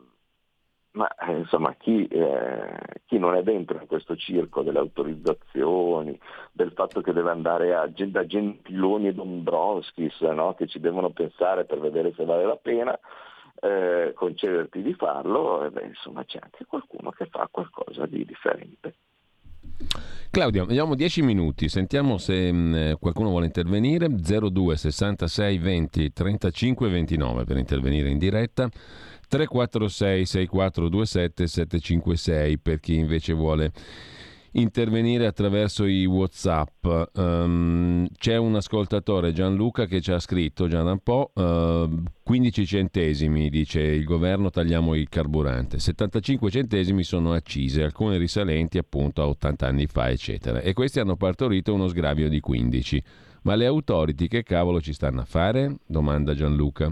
ma eh, insomma chi, eh, chi non è dentro in questo circo delle autorizzazioni, del fatto che deve andare a, da Gentiloni e Dombrovskis, no, che ci devono pensare per vedere se vale la pena eh, concederti di farlo, eh, beh, insomma c'è anche qualcuno che fa qualcosa di differente. Claudio, abbiamo dieci minuti, sentiamo se mh, qualcuno vuole intervenire. Zero due sessantasei venti trentacinque ventinove per intervenire in diretta, tre quattro sei sei quattro due sette sette cinque sei per chi invece vuole intervenire attraverso i WhatsApp. Um, c'è un ascoltatore, Gianluca, che ci ha scritto già da un po', uh, quindici centesimi, dice il governo, tagliamo il carburante, settantacinque centesimi sono accise, alcune risalenti appunto a ottanta anni fa, eccetera, e questi hanno partorito uno sgravio di quindici. Ma le authority che cavolo ci stanno a fare? Domanda Gianluca.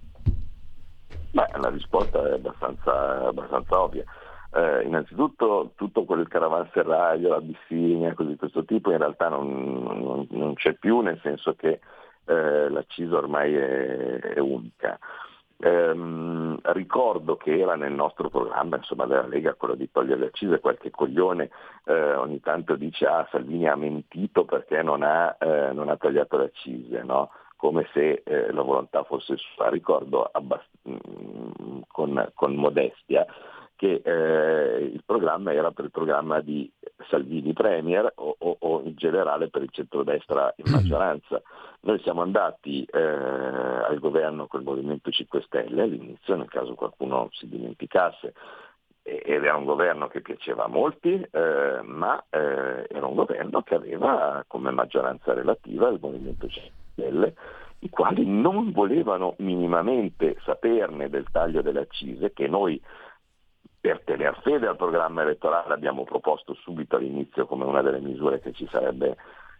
Beh, la risposta è abbastanza, abbastanza ovvia. Eh, innanzitutto tutto quel caravanserraglio, l'Abissinia, così di questo tipo in realtà non, non, non c'è più, nel senso che eh, l'accisa ormai è, è unica. Ehm, ricordo che era nel nostro programma, insomma, della Lega, quello di togliere le accise. Qualche coglione eh, ogni tanto dice ah, Salvini ha mentito perché non ha, eh, non ha tagliato le accise, no? Come se eh, la volontà fosse sua. Ricordo abbast- mh, con, con modestia che eh, il programma era per il programma di Salvini Premier o, o, o in generale per il centrodestra in maggioranza. Noi siamo andati eh, al governo col Movimento cinque Stelle all'inizio, nel caso qualcuno si dimenticasse, ed era un governo che piaceva a molti, eh, ma eh, era un governo che aveva come maggioranza relativa il Movimento cinque Stelle, i quali non volevano minimamente saperne del taglio delle accise, che noi per tener fede al programma elettorale abbiamo proposto subito all'inizio come una delle misure che ci sarebbe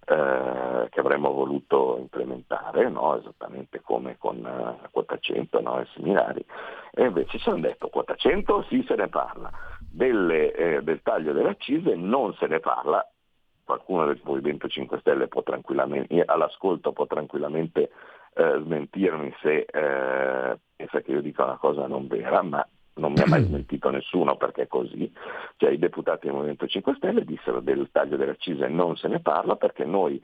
eh, che avremmo voluto implementare, no? Esattamente come con uh, quota cento, no? E similari, e invece ci hanno detto quota cento sì, se ne parla, delle, eh, del taglio delle accise non se ne parla. Qualcuno del Movimento cinque Stelle può tranquillamente, all'ascolto può tranquillamente eh, smentirmi se eh, pensa che io dica una cosa non vera, ma non mi ha mai smentito nessuno, perché è così. Cioè, i deputati del Movimento cinque Stelle dissero del taglio delle accise non se ne parla perché noi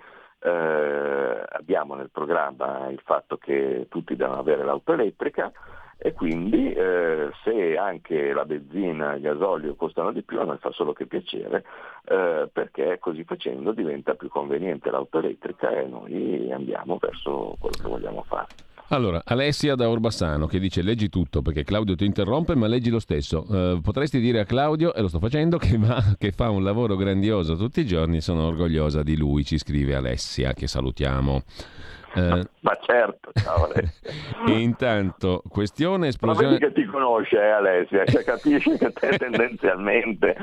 eh, abbiamo nel programma il fatto che tutti devono avere l'auto elettrica, e quindi eh, se anche la benzina e il gasolio costano di più a noi fa solo che piacere, eh, perché così facendo diventa più conveniente l'auto elettrica e noi andiamo verso quello che vogliamo fare. Allora, Alessia da Orbassano che dice leggi tutto perché Claudio ti interrompe, ma leggi lo stesso. Uh, potresti dire a Claudio, e lo sto facendo, che, va, che fa un lavoro grandioso tutti i giorni, sono orgogliosa di lui, ci scrive Alessia, che salutiamo. Uh, ma certo, ciao Alessia. E intanto, questione esplosione... Ma vedi che ti conosce, eh, Alessia, cioè, capisci che te tendenzialmente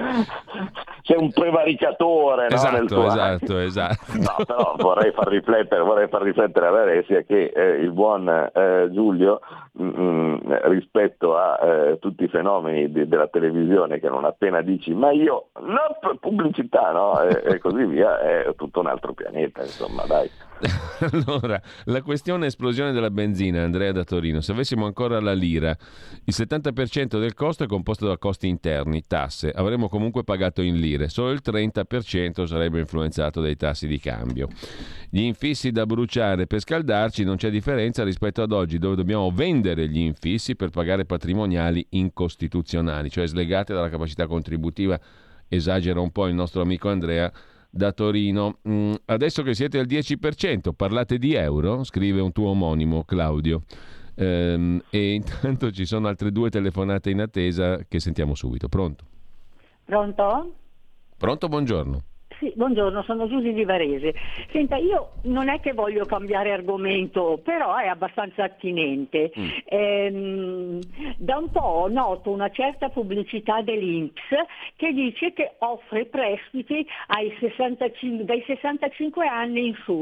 sei un prevaricatore, no? Esatto, nel tuo esatto, anche. esatto. No, però vorrei far riflettere, vorrei far riflettere all'Alessia che eh, il buon eh, Giulio mh, rispetto a eh, tutti i fenomeni di, della televisione, che non appena dici ma io, no, pubblicità, no? E, e così via, è tutto un altro pianeta, insomma, dai. Allora, la questione esplosione della benzina, Andrea da Torino. Se avessimo ancora la lira, il settanta per cento del costo è composto da costi interni, tasse, avremmo comunque pagato in lire, solo il trenta per cento sarebbe influenzato dai tassi di cambio. Gli infissi da bruciare per scaldarci, non c'è differenza rispetto ad oggi, dove dobbiamo vendere gli infissi per pagare patrimoniali incostituzionali, cioè slegate dalla capacità contributiva, esagera un po' il nostro amico Andrea da Torino. Mm, adesso che siete al dieci per cento parlate di euro, scrive un tuo omonimo Claudio. Ehm, e intanto ci sono altre due telefonate in attesa che sentiamo subito. Pronto? Pronto? Pronto, buongiorno. Sì, buongiorno, sono Giusy di Varese. Senta, io non è che voglio cambiare argomento, però è abbastanza attinente. Mm. Ehm, da un po' noto una certa pubblicità dell'I N P S che dice che offre prestiti ai sessantacinque, dai sessantacinque anni in su.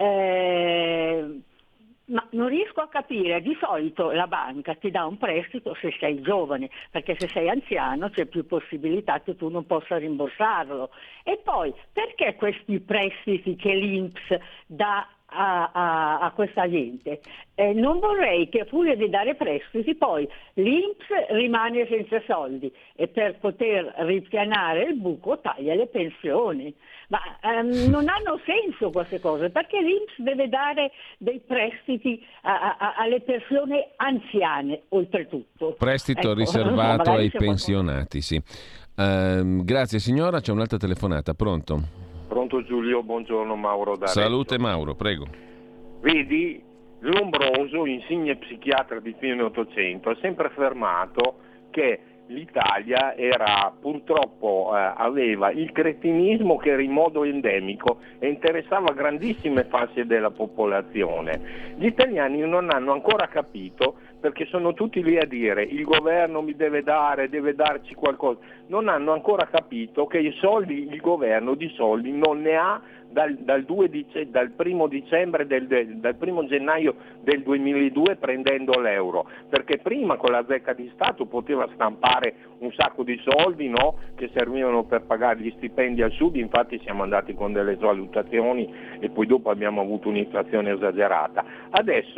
Ehm, Ma non riesco a capire, di solito la banca ti dà un prestito se sei giovane, perché se sei anziano c'è più possibilità che tu non possa rimborsarlo. E poi, perché questi prestiti che l'I N P S dà a, a, a questa gente? Eh, non vorrei che a furia di dare prestiti poi l'I N P S rimane senza soldi e per poter ripianare il buco taglia le pensioni. Ma um, non hanno senso queste cose, perché l'I N P S deve dare dei prestiti a, a, alle persone anziane, oltretutto. Prestito ecco, riservato so, ai pensionati, sì. Uh, grazie signora, c'è un'altra telefonata, pronto? Pronto Giulio, buongiorno, Mauro da Salute Reggio. Mauro, prego. Vedi, Lombroso, insigne psichiatra di fine Ottocento, ha sempre affermato che l'Italia era purtroppo eh, aveva il cretinismo che era in modo endemico e interessava grandissime fasce della popolazione. Gli italiani non hanno ancora capito, perché sono tutti lì a dire il governo mi deve dare, deve darci qualcosa. Non hanno ancora capito che i soldi, il governo di soldi non ne ha dal, dal, due dice, dal primo dicembre del, del, dal primo gennaio del duemiladue prendendo l'euro, perché prima con la zecca di Stato poteva stampare un sacco di soldi, no? Che servivano per pagare gli stipendi al sud, infatti siamo andati con delle svalutazioni e poi dopo abbiamo avuto un'inflazione esagerata. Adesso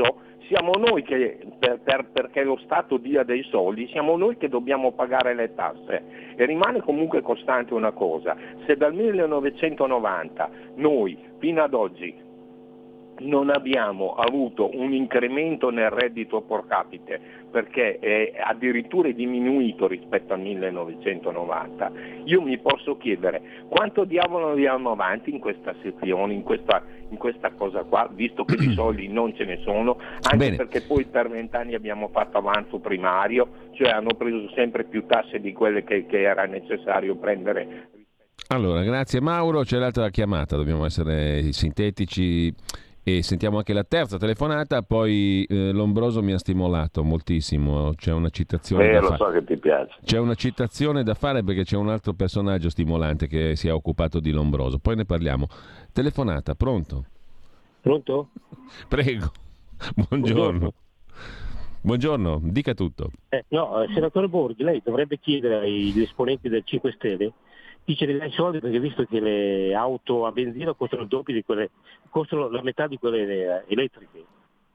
siamo noi che, per, per, perché lo Stato dia dei soldi, siamo noi che dobbiamo pagare le tasse. E rimane comunque costante una cosa: se dal millenovecentonovanta noi fino ad oggi non abbiamo avuto un incremento nel reddito pro capite, perché è addirittura diminuito rispetto al millenovecentonovanta, io mi posso chiedere quanto diavolo andiamo avanti in questa sezione, in questa, in questa cosa qua, visto che di soldi non ce ne sono, anche Bene. Perché poi per vent'anni abbiamo fatto avanzo primario, cioè hanno preso sempre più tasse di quelle che, che era necessario prendere. Allora, grazie Mauro, c'è l'altra chiamata, dobbiamo essere sintetici. E sentiamo anche la terza telefonata, poi eh, Lombroso mi ha stimolato moltissimo, c'è una citazione eh, da lo fare. so che ti piace. C'è una citazione da fare perché c'è un altro personaggio stimolante che si è occupato di Lombroso, poi ne parliamo. Telefonata, pronto? Pronto? Prego, buongiorno. Buongiorno, dica tutto. Eh, no, senatore Borghi, lei dovrebbe chiedere agli esponenti del cinque Stelle chi ce li dà i soldi, perché visto che le auto a benzina costano il doppio di quelle, costano la metà di quelle elettriche.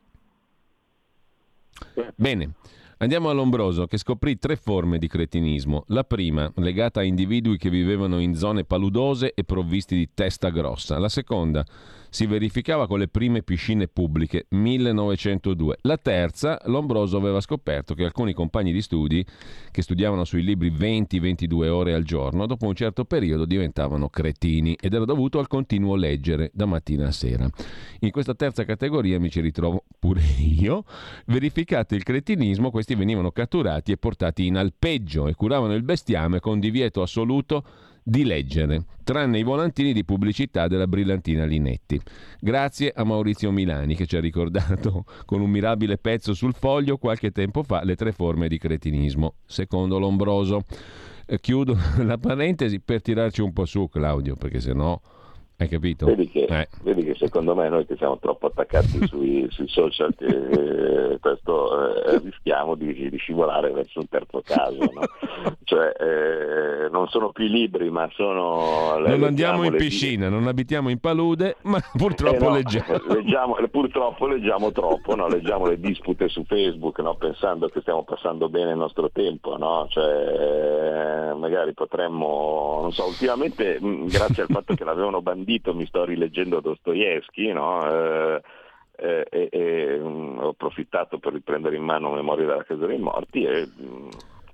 Bene, andiamo a Lombroso, che scoprì tre forme di cretinismo. La prima, legata a individui che vivevano in zone paludose e provvisti di testa grossa. La seconda si verificava con le prime piscine pubbliche, millenovecentodue. La terza, Lombroso aveva scoperto che alcuni compagni di studi che studiavano sui libri venti ventidue ore al giorno, dopo un certo periodo diventavano cretini, ed era dovuto al continuo leggere da mattina a sera. In questa terza categoria mi ci ritrovo pure io. Verificato il cretinismo, questi venivano catturati e portati in alpeggio e curavano il bestiame con divieto assoluto di leggere, tranne i volantini di pubblicità della brillantina Linetti. Grazie a Maurizio Milani, che ci ha ricordato con un mirabile pezzo sul Foglio qualche tempo fa le tre forme di cretinismo, secondo Lombroso. Eh, chiudo la parentesi per tirarci un po' su, Claudio, perché sennò hai capito? Vedi che, eh. vedi che secondo me noi che siamo troppo attaccati sui, sui social, che eh, questo eh, rischiamo di, di scivolare verso un terzo caso, no? Cioè eh, non sono più libri, ma sono... Non andiamo in piscina, non abitiamo in palude, ma purtroppo eh no, leggiamo. leggiamo. Purtroppo leggiamo troppo, no? Leggiamo le dispute su Facebook, no? Pensando che stiamo passando bene il nostro tempo, no? Cioè, eh, magari potremmo, non so, ultimamente, mh, grazie al fatto che l'avevano bandito, mi sto rileggendo Dostoevskij, no? Eh, eh, eh, eh, mh, ho approfittato per riprendere in mano Memorie della Casa dei Morti e mh,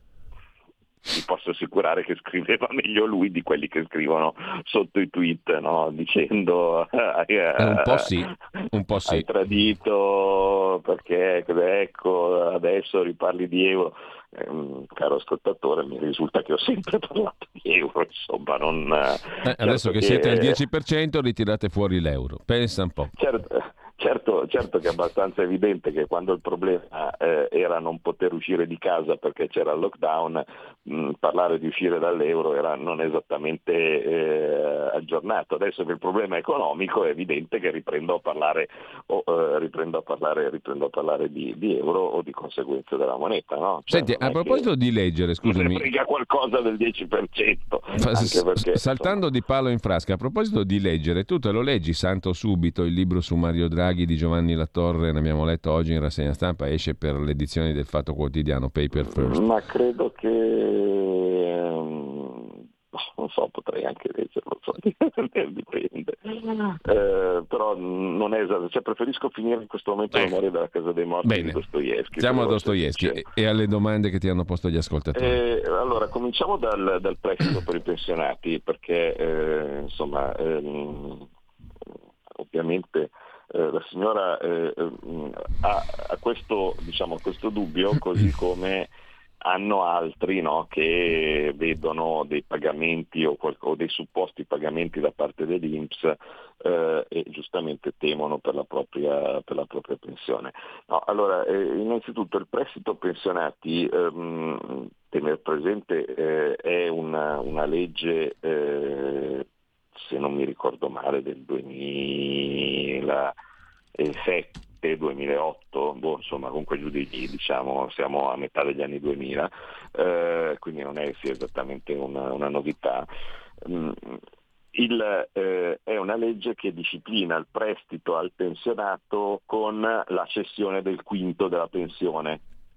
vi posso assicurare che scriveva meglio lui di quelli che scrivono sotto i tweet, no? Dicendo eh, un po' sì, un po' sì. Hai tradito perché ecco adesso riparli di euro. Eh, caro ascoltatore, mi risulta che ho sempre parlato di euro, insomma non eh, adesso che, che siete al dieci per cento ritirate fuori l'euro, pensa un po'. Certo, certo, certo che è abbastanza evidente che quando il problema eh, era non poter uscire di casa perché c'era il lockdown, mh, parlare di uscire dall'euro era non esattamente eh, aggiornato. Adesso che il problema è economico è evidente che riprendo a parlare o eh, riprendo a parlare riprendo a parlare di, di euro o di conseguenze della moneta, no? Cioè, senti, a proposito di leggere, scusami, mi frega qualcosa del dieci per cento, Fa, anche perché, saltando insomma... di palo in frasca, a proposito di leggere, tu te lo leggi Santo Subito, il libro su Mario Draghi di Giovanni Latorre, ne abbiamo letto oggi in rassegna stampa, esce per le edizioni del Fatto Quotidiano, Paper First. Ma credo che non so, potrei anche leggerlo, so, dipende. Eh, però non è esatto, cioè preferisco finire in questo momento eh. Memoria della Casa dei Morti. Bene. Di Dostoevskij. Siamo a Dostoevskij e, e alle domande che ti hanno posto gli ascoltatori. Eh, allora, cominciamo dal, dal prestito per i pensionati, perché eh, insomma ehm, ovviamente eh, la signora eh, ha, ha questo, diciamo, questo dubbio, così come hanno altri, no, che vedono dei pagamenti o, qual- o dei supposti pagamenti da parte dell'I N P S eh, e giustamente temono per la propria, per la propria pensione. No, allora, eh, innanzitutto il prestito pensionati, ehm, tenere presente, eh, è una, una legge, eh, se non mi ricordo male, del duemilasette duemilaotto, boh, insomma comunque giù di lì, diciamo, siamo a metà degli anni duemila, eh, quindi non è sia esattamente una, una novità. Mm, il, eh, è una legge che disciplina il prestito al pensionato con la cessione del quinto della pensione.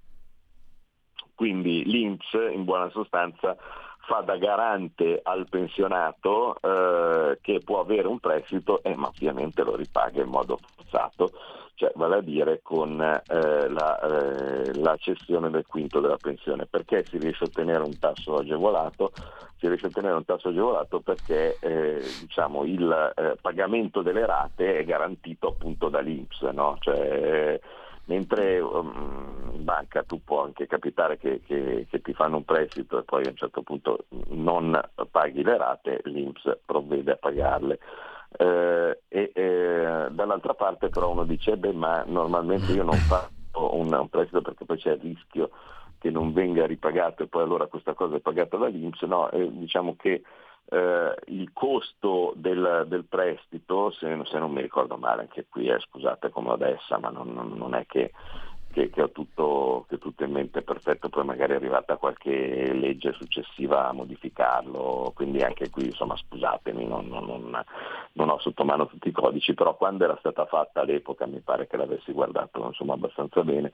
Quindi l'I N P S in buona sostanza fa da garante al pensionato eh, che può avere un prestito, eh, ma ovviamente lo ripaga in modo forzato, cioè vale a dire con eh, la, eh, la cessione del quinto della pensione. Perché si riesce a ottenere un tasso agevolato? Si riesce a ottenere un tasso agevolato perché eh, diciamo, il eh, pagamento delle rate è garantito appunto dall'I N P S, no? Cioè, eh, mentre um, in banca tu può anche capitare che, che, che ti fanno un prestito e poi a un certo punto non paghi le rate, l'I N P S provvede a pagarle. Eh, e eh, dall'altra parte però uno dice beh, ma normalmente io non faccio un, un prestito perché poi c'è il rischio che non venga ripagato e poi allora questa cosa è pagata dall'I N P S. No, eh, diciamo che eh, il costo del, del prestito, se, se non mi ricordo male, anche qui eh, scusate come adesso, ma non, non, non è che, che, che ho tutto, che tutto in mente perfetto, poi magari è arrivata qualche legge successiva a modificarlo, quindi anche qui insomma scusatemi, non, non, non, non ho sotto mano tutti i codici, però quando era stata fatta all'epoca mi pare che l'avessi guardato insomma abbastanza bene,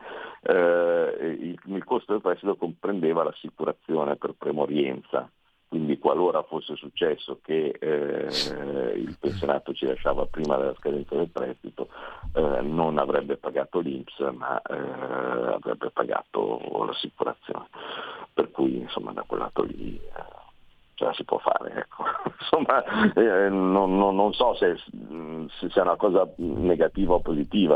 eh, il, il costo del prestito comprendeva l'assicurazione per premorienza. Quindi qualora fosse successo che eh, il pensionato ci lasciava prima della scadenza del prestito, eh, non avrebbe pagato l'I N P S, ma eh, avrebbe pagato l'assicurazione. Per cui insomma da quel lato lì eh, ce la si può fare. Ecco. Insomma, eh, non, non, non so se, se sia una cosa negativa o positiva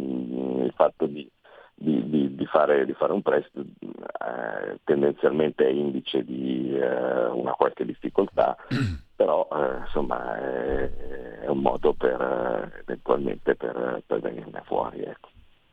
il fatto di Di, di, di, fare, di fare un prestito, eh, tendenzialmente è indice di eh, una qualche difficoltà, però eh, insomma è, è un modo per eh, eventualmente per, per venirne fuori. Ecco.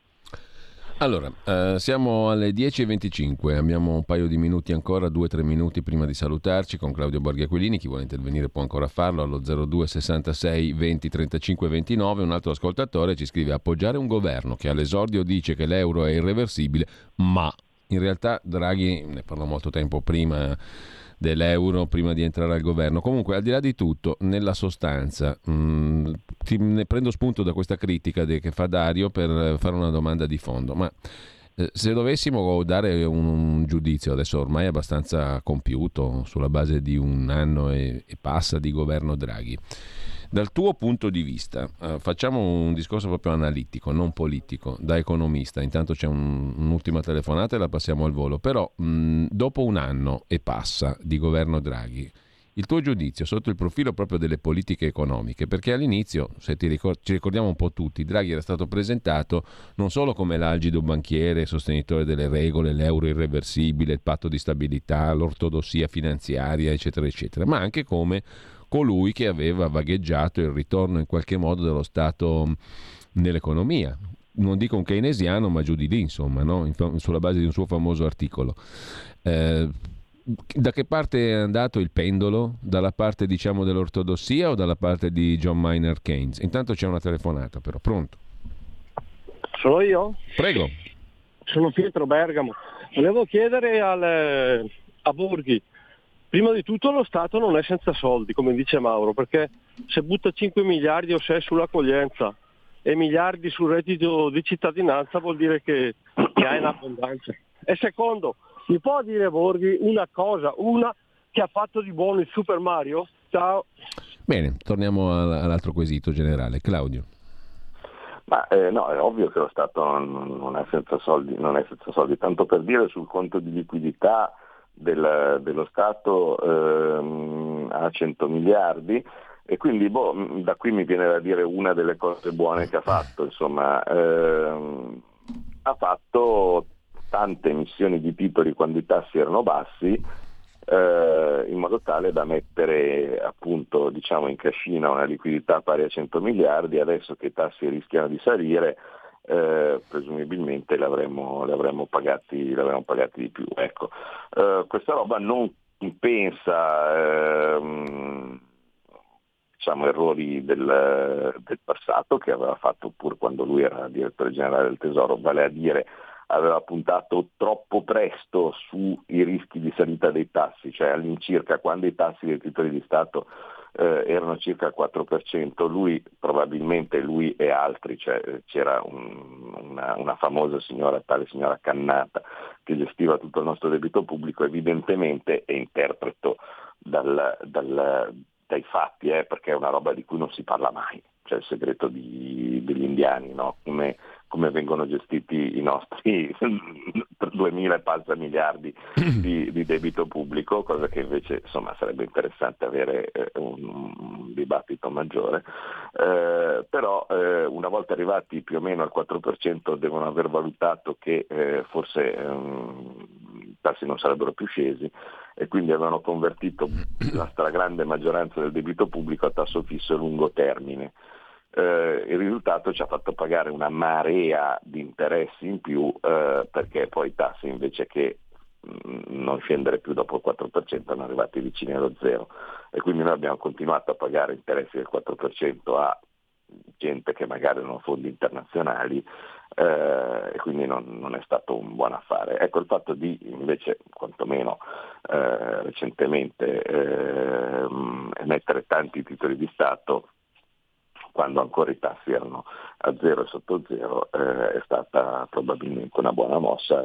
Allora, eh, siamo alle dieci e venticinque, abbiamo un paio di minuti ancora, due o tre minuti prima di salutarci con Claudio Borghi Aquilini. Chi vuole intervenire può ancora farlo allo zero due sessantasei venti trentacinque ventinove. Un altro ascoltatore ci scrive: appoggiare un governo che all'esordio dice che l'euro è irreversibile, ma in realtà Draghi ne parlò molto tempo prima dell'euro, prima di entrare al governo. Comunque, al di là di tutto, nella sostanza, mh, ti, ne prendo spunto da questa critica de, che fa Dario per fare una domanda di fondo. Ma eh, se dovessimo dare un, un giudizio, adesso ormai abbastanza compiuto, sulla base di un anno e, e passa di governo Draghi, dal tuo punto di vista, eh, facciamo un discorso proprio analitico, non politico, da economista. Intanto c'è un, un'ultima telefonata e la passiamo al volo. Però mh, dopo un anno e passa di governo Draghi, il tuo giudizio sotto il profilo proprio delle politiche economiche, perché all'inizio, se ti ricord- ci ricordiamo un po' tutti, Draghi era stato presentato non solo come l'algido banchiere, sostenitore delle regole, l'euro irreversibile, il patto di stabilità, l'ortodossia finanziaria, eccetera, eccetera, ma anche come colui che aveva vagheggiato il ritorno in qualche modo dello Stato nell'economia. Non dico un keynesiano, ma giù di lì, insomma, no? In, sulla base di un suo famoso articolo. Eh, da che parte è andato il pendolo? Dalla parte, diciamo, dell'ortodossia o dalla parte di John Maynard Keynes? Intanto c'è una telefonata, però. Pronto? Sono io? Prego. Sono Pietro Bergamo. Volevo chiedere al, a Borghi, prima di tutto lo Stato non è senza soldi, come dice Mauro, perché se butta cinque miliardi o sei sull'accoglienza e miliardi sul reddito di cittadinanza vuol dire che, che ha in abbondanza. E secondo, mi può dire Borghi una cosa, una che ha fatto di buono il Super Mario? Ciao. Bene, torniamo all'altro quesito generale. Claudio. Ma eh, no, è ovvio che lo Stato non, non è senza soldi, non è senza soldi, tanto per dire sul conto di liquidità Del, dello Stato ehm, a cento miliardi e quindi boh, da qui mi viene da dire una delle cose buone che ha fatto, insomma ehm, ha fatto tante emissioni di titoli quando i tassi erano bassi eh, in modo tale da mettere appunto diciamo in cascina una liquidità pari a cento miliardi. Adesso che i tassi rischiano di salire Eh, presumibilmente li avremmo, li avremmo pagati, li avremmo pagati di più. Ecco, eh, questa roba non pensa ehm, diciamo errori del, del passato che aveva fatto pur quando lui era direttore generale del Tesoro, vale a dire aveva puntato troppo presto sui rischi di salita dei tassi, cioè all'incirca quando i tassi dei titoli di Stato eh, erano circa il quattro per cento, lui probabilmente lui e altri, cioè, c'era un, una, una famosa signora, tale signora Cannata, che gestiva tutto il nostro debito pubblico, evidentemente, e interpreto dal, dal, dai fatti, eh, perché è una roba di cui non si parla mai, cioè il segreto di, degli indiani, no? Come, come vengono gestiti i nostri duemila e passa miliardi di, di debito pubblico, cosa che invece insomma sarebbe interessante avere eh, un, un dibattito maggiore, eh, però eh, una volta arrivati più o meno al quattro per cento devono aver valutato che eh, forse ehm, i tassi non sarebbero più scesi e quindi avevano convertito la stragrande maggioranza del debito pubblico a tasso fisso a lungo termine. Eh, il risultato ci ha fatto pagare una marea di interessi in più, eh, perché poi i tassi, invece che mh, non scendere più dopo il quattro per cento, sono arrivati vicini allo zero, e quindi noi abbiamo continuato a pagare interessi del quattro per cento a gente che magari non ha fondi internazionali, eh, e quindi non, non è stato un buon affare. Ecco, il fatto di invece quantomeno eh, recentemente eh, emettere tanti titoli di Stato quando ancora i tassi erano a zero e sotto zero, eh, è stata probabilmente una buona mossa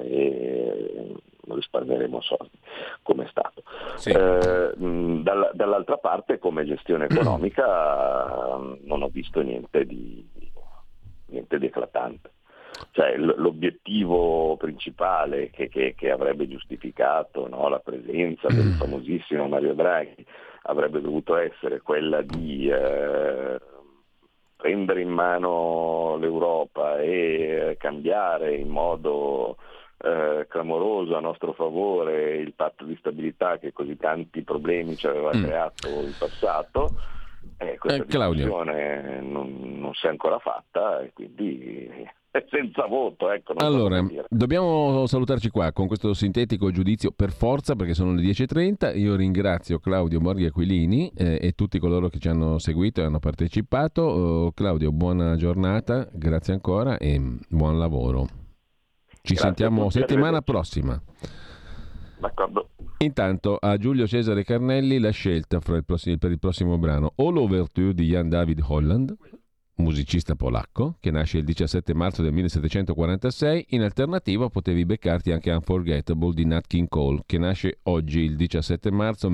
e risparmieremo soldi, come è stato. Sì. Eh, dall- dall'altra parte, come gestione economica, non ho visto niente di, niente di eclatante. Cioè, l- l'obiettivo principale che, che, che avrebbe giustificato, no, la presenza del famosissimo Mario Draghi avrebbe dovuto essere quella di eh, prendere in mano l'Europa e cambiare in modo eh, clamoroso a nostro favore il patto di stabilità che così tanti problemi ci aveva mm. creato in passato. Eh, questa eh, discussione non, non si è ancora fatta e quindi è senza voto. Ecco, non allora, so dire. Dobbiamo salutarci qua con questo sintetico giudizio per forza, perché sono le dieci e trenta. Io ringrazio Claudio Borghi Aquilini eh, e tutti coloro che ci hanno seguito e hanno partecipato. Uh, Claudio, buona giornata, grazie ancora e buon lavoro. Ci grazie sentiamo settimana prossima. D'accordo. Intanto a Giulio Cesare Carnelli la scelta fra il prossimo, per il prossimo brano, o l'Ouverture di Jan David Holland, musicista polacco, che nasce il diciassette marzo del millesettecentoquarantasei. In alternativa potevi beccarti anche Unforgettable di Nat King Cole, che nasce oggi il diciassette marzo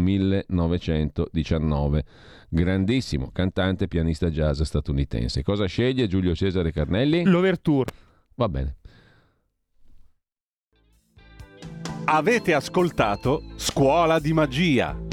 millenovecentodiciannove. Grandissimo cantante e pianista jazz statunitense. Cosa sceglie Giulio Cesare Carnelli? L'Ouverture. Va bene. Avete ascoltato Scuola di Magia.